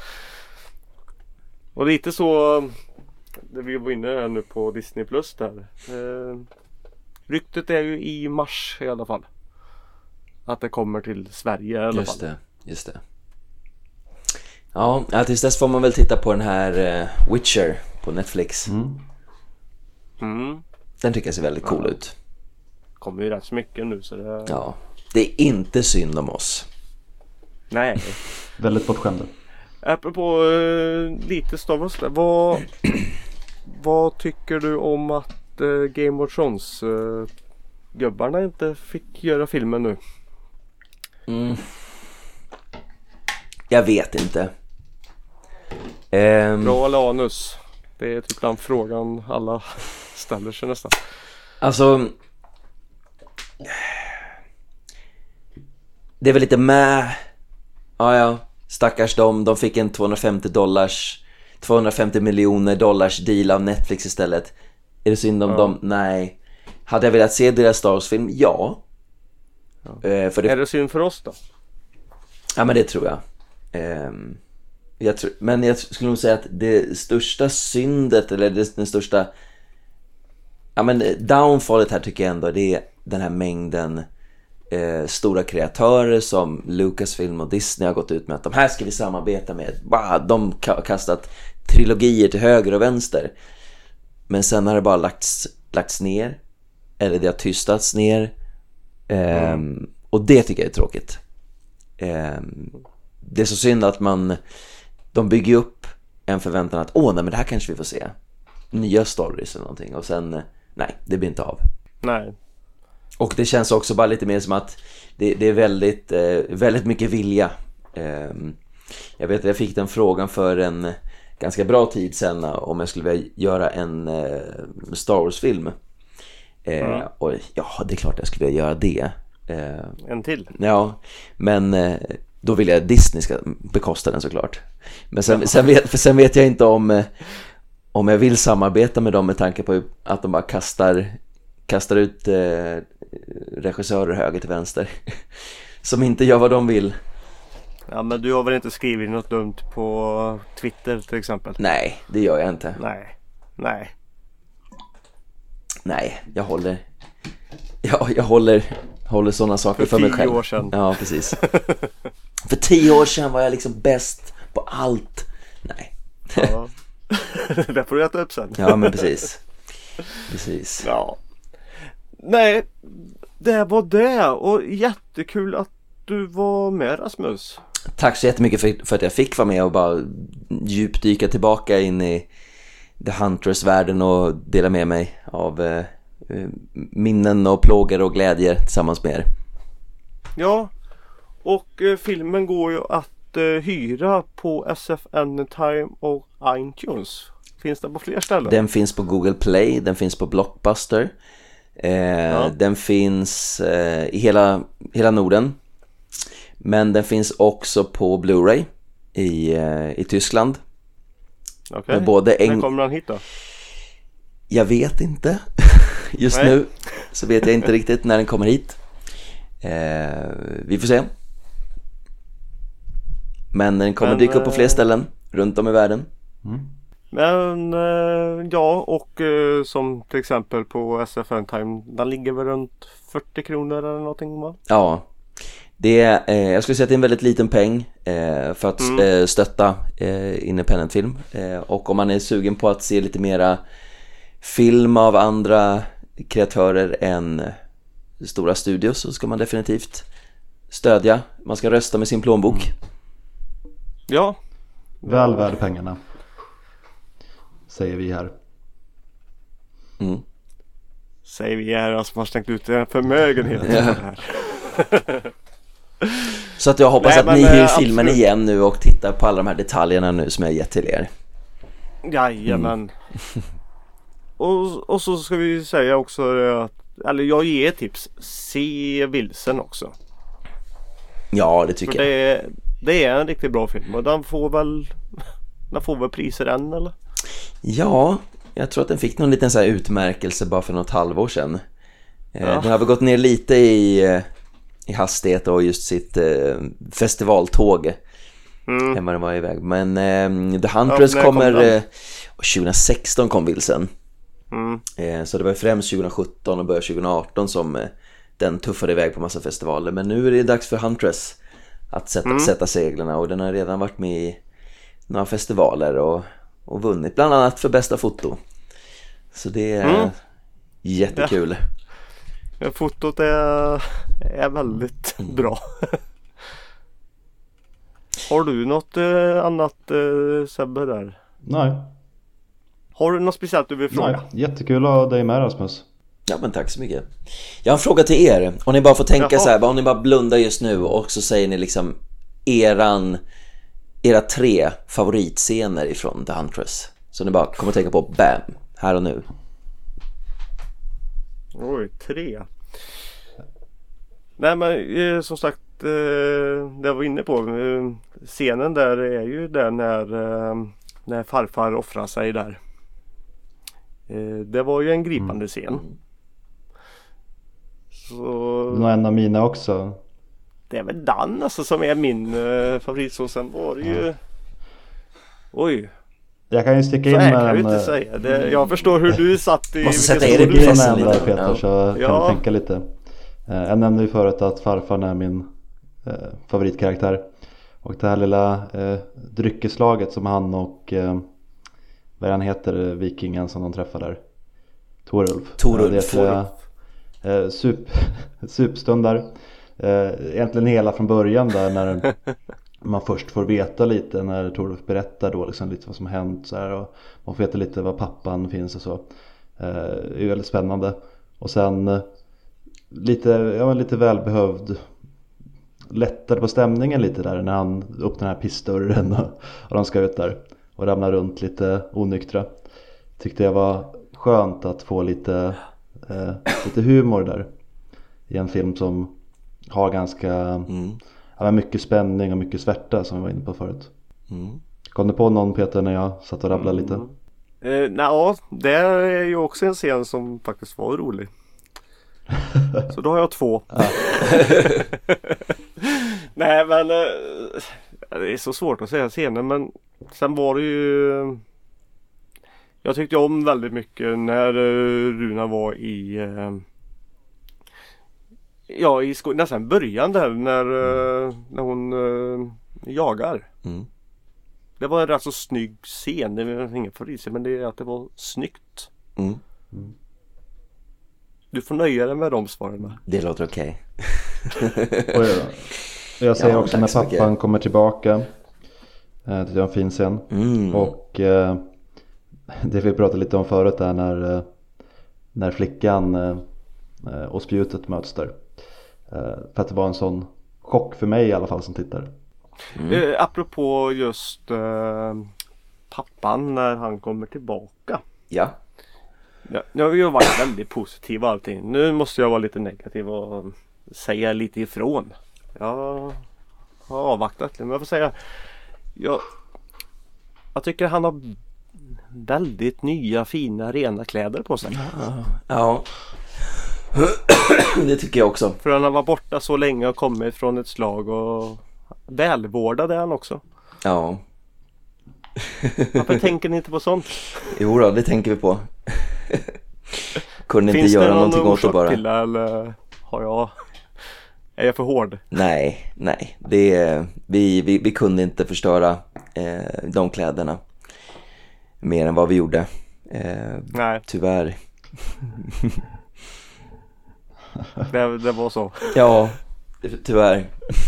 Och lite så, det vi var inne här nu på Disney Plus där. Eh, ryktet är ju i mars i alla fall, att det kommer till Sverige i alla Just fall. det. Just det. Ja, tills dess får man väl titta på den här uh, Witcher på Netflix. Mm. Mm. Den tycker jag ser väldigt cool ja. ut. Kommer ju rätt så mycket nu, så det... Ja, det är inte synd om oss. Nej. Väldigt bortskämda. Apropå uh, lite Star Wars där. Vad, vad tycker du om att uh, Game of Thrones uh, gubbarna inte fick göra filmen nu? Mm. Jag vet inte. Um, Bra eller anus? Det är typ den frågan alla ställer sig nästan. Alltså, det är väl lite med. Ja, ja, stackars dem. De fick en tvåhundrafemtio dollars tvåhundrafemtio miljoner dollars deal av Netflix istället. Är det synd om ja. dem? Nej. Hade jag velat se deras Star Wars-film? Ja. ja. Uh, för det... Är det synd för oss då? Ja, men det tror jag. Um, jag tror, men jag skulle nog säga att det största syndet, eller det, den största ja, men downfallet här tycker jag ändå, det är den här mängden eh, stora kreatörer som Lucasfilm och Disney har gått ut med att de här ska vi samarbeta med. Wow, de har kastat trilogier till höger och vänster. Men sen har det bara lagts, lagts ner. Eller det har tystats ner. Eh, mm. Och det tycker jag är tråkigt. Eh, det är så synd att man de bygger upp en förväntan att åh, nej, men det här kanske vi får se. Nya stories eller någonting. Och sen, nej, det blir inte av. Nej. Och det känns också bara lite mer som att det, det är väldigt, eh, väldigt mycket vilja. Eh, jag vet att jag fick den frågan för en ganska bra tid sedan om jag skulle vilja göra en eh, Star Wars-film. Eh, mm. Och ja, det är klart jag skulle vilja göra det. Eh, en till? Ja, men eh, då vill jag att Disney ska bekosta den såklart. Men sen, ja. sen, vet, för sen vet jag inte om, eh, om jag vill samarbeta med dem med tanke på att de bara kastar, kastar ut eh, regissörer höger till vänster som inte gör vad de vill. Ja, men du har väl inte skrivit något dumt på Twitter till exempel? Nej, det gör jag inte. Nej, nej. Nej, jag håller jag, jag håller håller sådana saker för, för mig själv. För tio år sedan. Ja, precis. För tio år sedan var jag liksom bäst på allt. Nej. Ja. Det får du äta upp sen. Ja, men precis. Precis. Ja. Nej, det var det. Och jättekul att du var med, Rasmus. Tack så jättemycket för, för att jag fick vara med och bara djupdyka tillbaka in i The Huntress-världen och dela med mig av eh, minnen och plågor och glädje tillsammans med er. Ja, och eh, filmen går ju att eh, hyra på S F Anytime och iTunes. Finns det på fler ställen? Den finns på Google Play, den finns på Blockbuster. Eh, ja. Den finns eh, i hela, hela Norden. Men den finns också på Blu-ray i, eh, i Tyskland. Okej, okay. När kommer den hit då? Jag vet inte. Just Nej. nu så vet jag inte riktigt när den kommer hit. Eh, vi får se. Men den kommer Men, dyka upp på fler ställen runt om i världen. Mm. Men eh, ja, och eh, som till exempel på S F Anytime, den ligger väl runt fyrtio kronor eller någonting, va? Ja, det är, eh, jag skulle säga att det är en väldigt liten peng eh, för att mm. eh, stötta eh, independent film. Eh, och om man är sugen på att se lite mera film av andra kreatörer än stora studios, så ska man definitivt stödja. Man ska rösta med sin plånbok. Mm. Ja. Väl värd pengarna, säger vi här. Mm. Säger vi här som har stängt ut en förmögenhet. Ja. Här. Så att jag hoppas Nej, att ni hyr filmen absolut. igen nu och tittar på alla de här detaljerna nu som jag gett till er. Jajamän. Mm. och, och så ska vi säga också att, eller jag ger tips, se Vilsen också. Ja, det tycker För jag. Det, det är en riktigt bra film och den får väl den får väl priser än, eller? Ja, jag tror att den fick någon liten så här utmärkelse bara för något halvår sedan. Ja. Den har väl gått ner lite i, i hastighet och just sitt eh, festivaltåg mm. än vad den var iväg. Men eh, The Huntress ja, kommer kom eh, tjugo sexton kom Vilsen. Mm. Eh, så det var främst tjugo sjutton och början tjugo arton som eh, den tuffade iväg på massa festivaler. Men nu är det dags för Huntress att sätta, mm. sätta seglarna, och den har redan varit med i några festivaler och, och vunnit bland annat för bästa foto. Så det är mm. jättekul. Ja. Fotot är, är väldigt mm. bra. Har du något eh, annat eh, Sebbe där? Nej. Har du något speciellt du vill fråga? Nej, jättekul att ha dig med, Rasmus. Ja, men tack så mycket. Jag har en fråga till er. Om ni bara får tänka Jaha. så här, om ni bara blundar just nu och så säger ni liksom eran, era tre favoritscener ifrån The Huntress. Så ni bara kommer att tänka på, bam, här och nu. Oj, tre. Nej, men eh, som sagt, eh, det jag var inne på, eh, scenen där är ju där när, eh, när farfar offrar sig där. Eh, det var ju en gripande mm. scen. Så... Det var en av mina också. Det är väl Dan alltså, som är min eh, favoritsås. Sen var det ju... Ja. Oj. Jag kan ju sticka in så här med kan jag ju en... inte säga. Det, jag förstår hur du satt i... Måste sätta vilken er i stor- pressen där, lite. Peter, Ja. så kan Ja. du tänka lite. Eh, Jag nämnde ju förut att farfar är min eh, favoritkaraktär. Och det här lilla eh, dryckeslaget som han och eh, vad han heter, vikingen som de träffar där, Torulf. Torulf. Det är flera, eh, sup, supstundar. Eh, egentligen hela från början där när man först får veta lite när Torulf berättar då liksom lite vad som har hänt så här, och man får veta lite vad pappan finns och så. Eh, det är väldigt spännande. Och sen eh, lite, ja, men lite välbehövd, lättade på stämningen lite där när han öppnar den här pissdörren och, och de ska ut där och ramlar runt lite onyktra. Tyckte jag var skönt att få lite, eh, lite humor där i en film som har ganska Mm. ja, mycket spänning och mycket svärta som vi var inne på förut. Mm. Kom du på någon, Peter, när jag satt och rabblade lite? Eh, nej, det är ju också en scen som faktiskt var rolig. Så då har jag två. Nej, men eh, det är så svårt att säga scenen, men sen var det ju... Jag tyckte om väldigt mycket när eh, Runa var i... Eh, ja, i sko- nästan början där när, eh, när hon eh, jagar. Mm. Det var en rätt så snygg scen. Det var ingen favorit, men det är att det var snyggt. Mm. Du får nöja dig med de svaren. Det låter okej. Och jag, och jag säger Ja, också tack när så pappan mycket. kommer tillbaka. Eh, det är en fin scen. Mm. Och eh, det vi pratade lite om förut där när, eh, när flickan eh, och spjutet möts där. Eh, för att det var en sån chock för mig i alla fall som tittare. Mm. Eh, apropå just eh, pappan när han kommer tillbaka. Ja. Ja, jag har ju varit väldigt positiv och allting. Nu måste jag vara lite negativ och säga lite ifrån. Jag har avvaktat. Men jag får säga, jag, jag tycker han har väldigt nya, fina, rena kläder på sig. Ja. Det tycker jag också. För han har varit borta så länge och kommit från ett slag och välvårdad är han också. Ja. Varför tänker ni inte på sånt? Jo då, det tänker vi på. Kunde inte Finns göra det någon någonting åt det orsak bara. till det, eller har jag... Är jag för hård? Nej, nej. Det är, vi, vi, vi kunde inte förstöra eh, de kläderna mer än vad vi gjorde. Eh, Nej, tyvärr. det, det var så. Ja, tyvärr.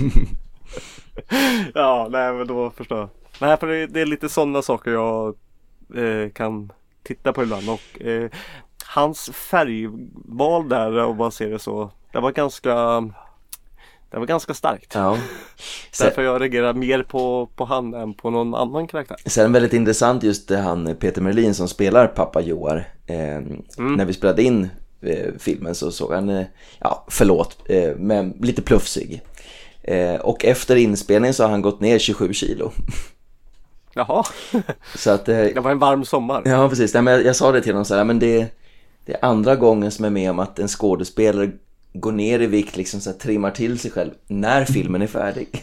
Ja, nej men då förstår jag. Nej, för det, det är lite sådana saker jag eh, kan titta på ibland. Och eh, hans färgval där, om man ser det så, det var ganska... Det var ganska starkt. Ja. Därför jag reagerar mer på, på han än på någon annan karaktär. Sen väldigt intressant just det, han Peter Merlin som spelar pappa Joar. Eh, mm. När vi spelade in eh, filmen så såg han, eh, ja förlåt, eh, men lite plufsig. Eh, och efter inspelningen så har han gått ner tjugosju kilo. Jaha, Så att, eh, det var en varm sommar. ja precis, nej, men jag, jag sa det till honom så här, men det, det är andra gången som jag är med om att en skådespelare går ner i vikt, liksom så här, trimmar till sig själv när filmen är färdig.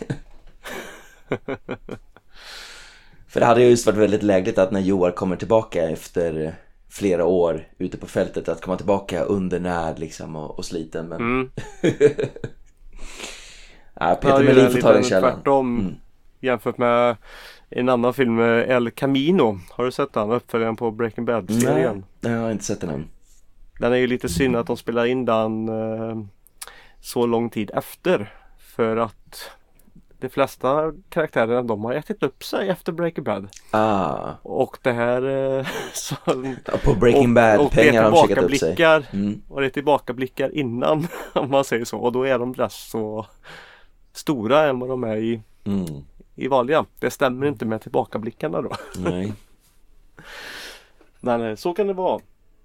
För det hade ju just varit väldigt lägligt att när Joar kommer tillbaka efter flera år ute på fältet, att komma tillbaka undernärd liksom och, och sliten. Men Mm. ja, Peter Ja, Melin får ta den lite källan. tvärtom Mm. jämfört med en annan film, El Camino. Har du sett den? Uppföljaren på Breaking Bad-serien. Nej, jag har inte sett den än. Den är ju lite synd att de spelar in den eh, så lång tid efter. För att de flesta karaktärerna, de har ätit upp sig efter Breaking Bad. Ah, Och det här... Eh, så, ja, på Breaking och, Bad och det pengar är har de checkat upp sig. tillbakablickar. Mm. Och det är tillbakablickar innan, om man säger så. Och då är de rätt så stora än vad de är i, Mm. i vanliga. Det stämmer inte med tillbakablickarna då. Nej. Men eh, så kan det vara.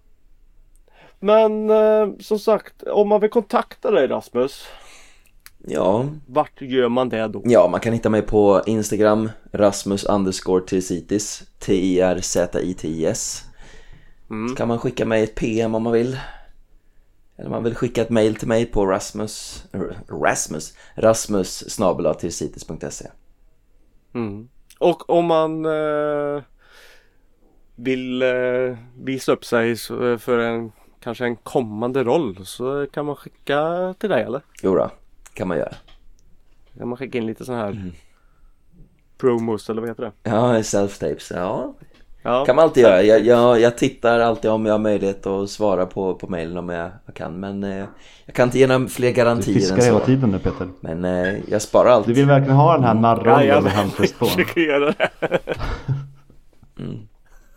Men eh, som sagt, om man vill kontakta dig, Rasmus, Ja. vart gör man det då? Ja, man kan hitta mig på Instagram, Rasmus underscore Tirsitis, T I R Z I T I S. Mm. Så kan man skicka mig ett P M om man vill. Eller man vill skicka ett mail till mig på Rasmus Rasmus Rasmus snabel-a tirsitis punkt se. Mm. Och om man eh, vill eh, visa upp sig för en kanske en kommande roll, så kan man skicka till dig, eller? Jo då, kan man göra. Kan man skicka in lite sån här mm. promos, eller vad heter det? Ja, self-tapes, ja. Ja. Kan man alltid göra. Jag, jag, jag tittar alltid om jag har möjlighet att svara på, på mejlen om jag, jag kan. Men eh, jag kan inte ge några fler garantier än så. Du fiskar hela tiden nu, Peter. Men eh, jag sparar allt. Du vill verkligen ha den här narran ja, med handfäst på. Jag försöker göra det. mm.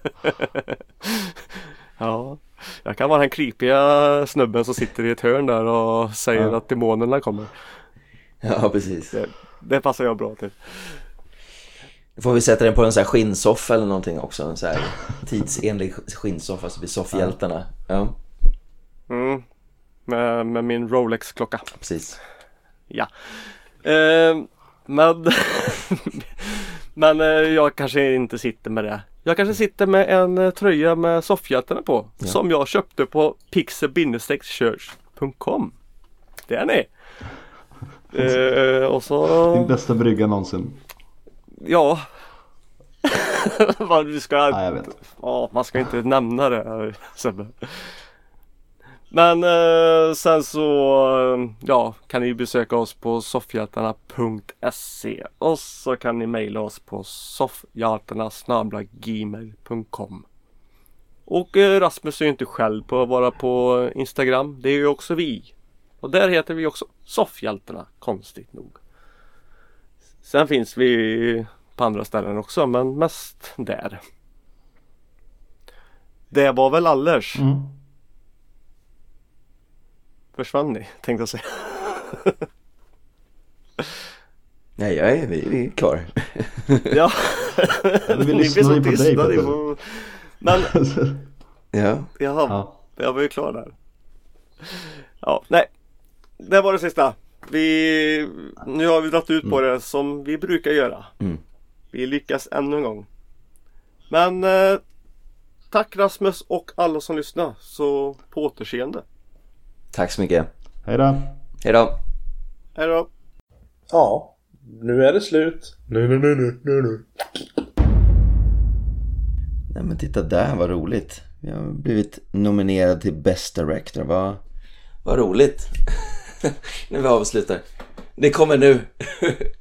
Ja, jag kan vara den creepiga snubben som sitter i ett hörn där och säger ja. att demonerna kommer. Ja, precis. Det, det passar jag bra till. Får vi sätta den på en sån här skinnsoffa eller någonting också. En sån här tidsenlig skinnsoffa så blir soffhjältarna. Ja. Mm. Med, med min Rolex-klocka. Precis. Ja. Eh, men men eh, jag kanske inte sitter med det. Jag kanske sitter med en eh, tröja med soffhjältarna på. Ja. Som jag köpte på pixel church punkt com. Det är ni. Eh, och så... Din bästa brygga någonsin. Ja. Vad du ska... Ja, jag vet. Ja, man ska inte nämna det. Men eh, sen så ja, kan ni besöka oss på soffhjältarna punkt se och så kan ni mejla oss på soffhjältarna snabel-a gmail punkt com. Och eh, Rasmus är ju inte själv på att vara på Instagram. Det är ju också vi. Och där heter vi också Soffhjältarna, konstigt nog. Sen finns vi på andra ställen också, men mest där. Det var väl allers. Mm. Försvann ni, tänkte jag säga. Nej, jag är, vi, vi är kvar. Ja, ni blir så tysta. Får... Men, ja. Jaha, ja. Jag var ju klar där. Ja, nej. Det var det sista. Vi, nu har vi dragit ut på det som vi brukar göra. Mm. Vi lyckas ännu en gång. Men eh, tack Rasmus och alla som lyssnar. Så på återseende. Tack så mycket. Hej då. Hej då. Hej då. Ja, nu är det slut. Nu, nu, nu, nu, nu, nu. Nej men titta där, vad roligt. Jag har blivit nominerad till Best Director. Vad, vad roligt. Nu vi avslutar. Det kommer nu.